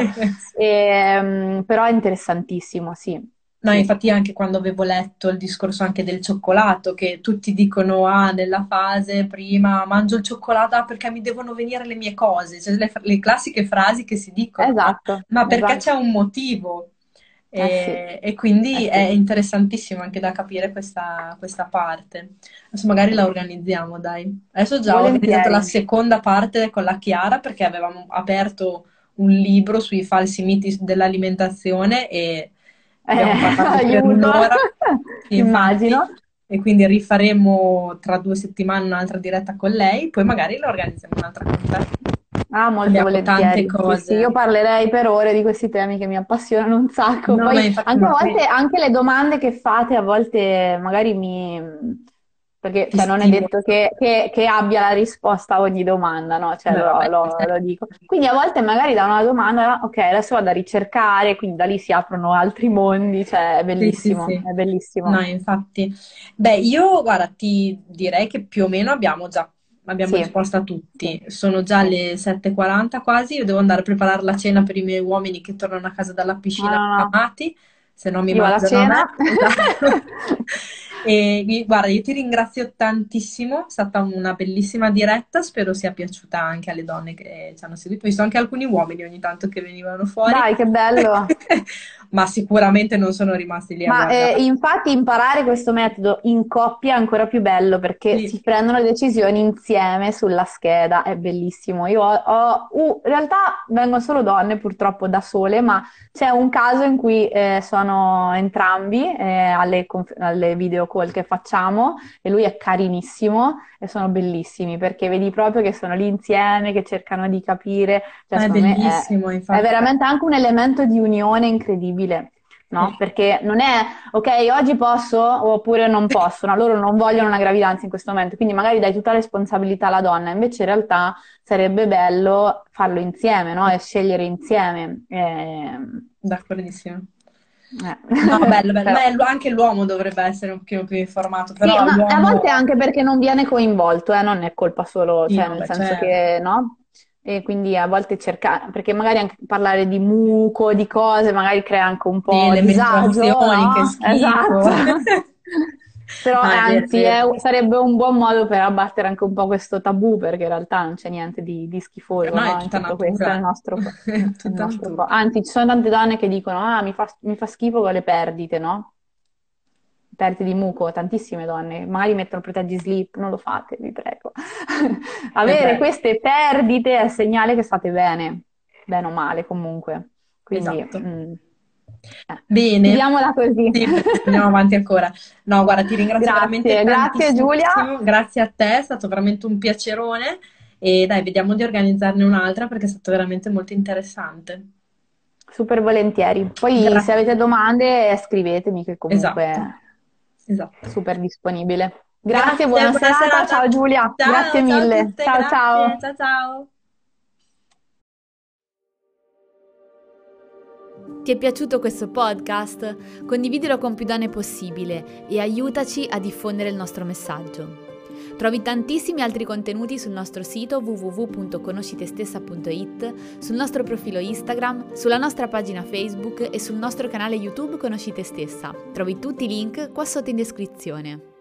e, però è interessantissimo, sì. No, Sì. infatti anche quando avevo letto il discorso anche del cioccolato, che tutti dicono, ah, nella fase prima mangio il cioccolato ah, perché mi devono venire le mie cose, cioè le, le classiche frasi che si dicono, no? Esatto, Ma perché c'è esatto. un motivo. Eh sì, E, e quindi eh è sì. interessantissimo anche da capire questa, questa parte. Adesso magari la organizziamo, dai. Adesso già ho organizzato la Volentieri. seconda parte con la Chiara perché avevamo aperto un libro sui falsi miti dell'alimentazione e Eh, abbiamo parlato per aiuto, un'ora, infatti, immagino. e quindi rifaremo tra due settimane un'altra diretta con lei, poi magari la organizziamo un'altra con te. Ah, molto Abbiamo tante volentieri. Sì, sì, io cose. parlerei per ore di questi temi che mi appassionano un sacco. No, ma Poi infatti, anche a ma volte, poi anche le domande che fate, a volte magari mi... Perché ti cioè, non è detto stimolo. che, che- che abbia la risposta a ogni domanda, no? Cioè, Beh, lo, vabbè, lo- lo dico. Quindi a volte magari da una domanda, ok, adesso vado a ricercare, quindi da lì si aprono altri mondi, cioè è sì, sì, bellissimo, sì. è No, bellissimo. infatti. Beh, io, guarda, ti direi che più o meno abbiamo già abbiamo Sì, risposto a sì, tutti. Sono già sì. le sette e quaranta quasi, io devo andare a preparare la cena per i miei uomini che tornano a casa dalla No, piscina no, no. affamati, se no mi Io vado a mangiano a me. cena. Esatto. E gui- guarda, io ti ringrazio tantissimo, è stata una bellissima diretta, spero sia piaciuta anche alle donne che ci hanno seguito. Ho visto anche alcuni uomini ogni tanto che venivano fuori, Dai, che bello. ma sicuramente non sono rimasti lì a Ma eh, guardare. infatti imparare questo metodo in coppia è ancora più bello perché Sì, si prendono le decisioni insieme sulla scheda, è bellissimo. Io ho, ho- uh, in realtà vengono solo donne purtroppo da sole, ma c'è un caso in cui eh, sono entrambi eh, alle, conf- alle video call che facciamo e lui è carinissimo e sono bellissimi perché vedi proprio che sono lì insieme, che cercano di capire, cioè ma è secondo me è, bellissimo, è infatti. veramente anche un elemento di unione incredibile. Sì. No? Perché non è ok, oggi posso oppure non posso, no? Loro non vogliono una gravidanza in questo momento, quindi magari dai tutta la responsabilità alla donna, invece in realtà sarebbe bello farlo insieme, no? E scegliere insieme. Eh, D'accordissimo. eh. No, bello, bello. Però, Ma è l- anche l'uomo dovrebbe essere un pochino più informato, sì, però ma a volte l'uomo... anche perché non viene coinvolto, eh, non è colpa solo, Sì, cioè no, nel beh, senso certo. che no? E quindi a volte cercare, perché magari anche parlare di muco, di cose, magari crea anche un Sì, po' le disagio, mestruazioni, che no? schifo. Esatto. Però No, è vero, è anzi vero. è- sarebbe un buon modo per abbattere anche un po' questo tabù, perché in realtà non c'è niente di, di schifoso, No, è no? In tutta tutto questo, è il natura. nostro, co- È è il tutta nostro co- natura. Anzi, ci sono tante donne che dicono, ah, mi fa, mi fa schifo con le perdite, no? Perdite di muco, tantissime donne, magari mettono proteggi-slip, non lo fate, vi prego. Eh Avere beh, queste perdite è segnale che state bene, bene o male comunque. Quindi, esatto. mm, eh, Bene. chiudiamola così. Sì, perché andiamo avanti ancora. No, guarda, ti ringrazio veramente Grazie, grazie Giulia. tantissimo. Grazie a te, è stato veramente un piacerone. E dai, vediamo di organizzarne un'altra perché è stato veramente molto interessante. Super volentieri. Poi se Grazie. avete domande scrivetemi che comunque Esatto, è esatto. super disponibile. Grazie, buona, buona serata. serata. Ciao Giulia, Ciao, grazie ciao a mille. tutte, Ciao grazie. ciao. Ciao ciao. Ti è piaciuto questo podcast? Condividilo con più donne possibile e aiutaci a diffondere il nostro messaggio. Trovi tantissimi altri contenuti sul nostro sito w w w punto conoscitestessa punto i t, sul nostro profilo Instagram, sulla nostra pagina Facebook e sul nostro canale YouTube Conosci Te Stessa. Trovi tutti i link qua sotto in descrizione.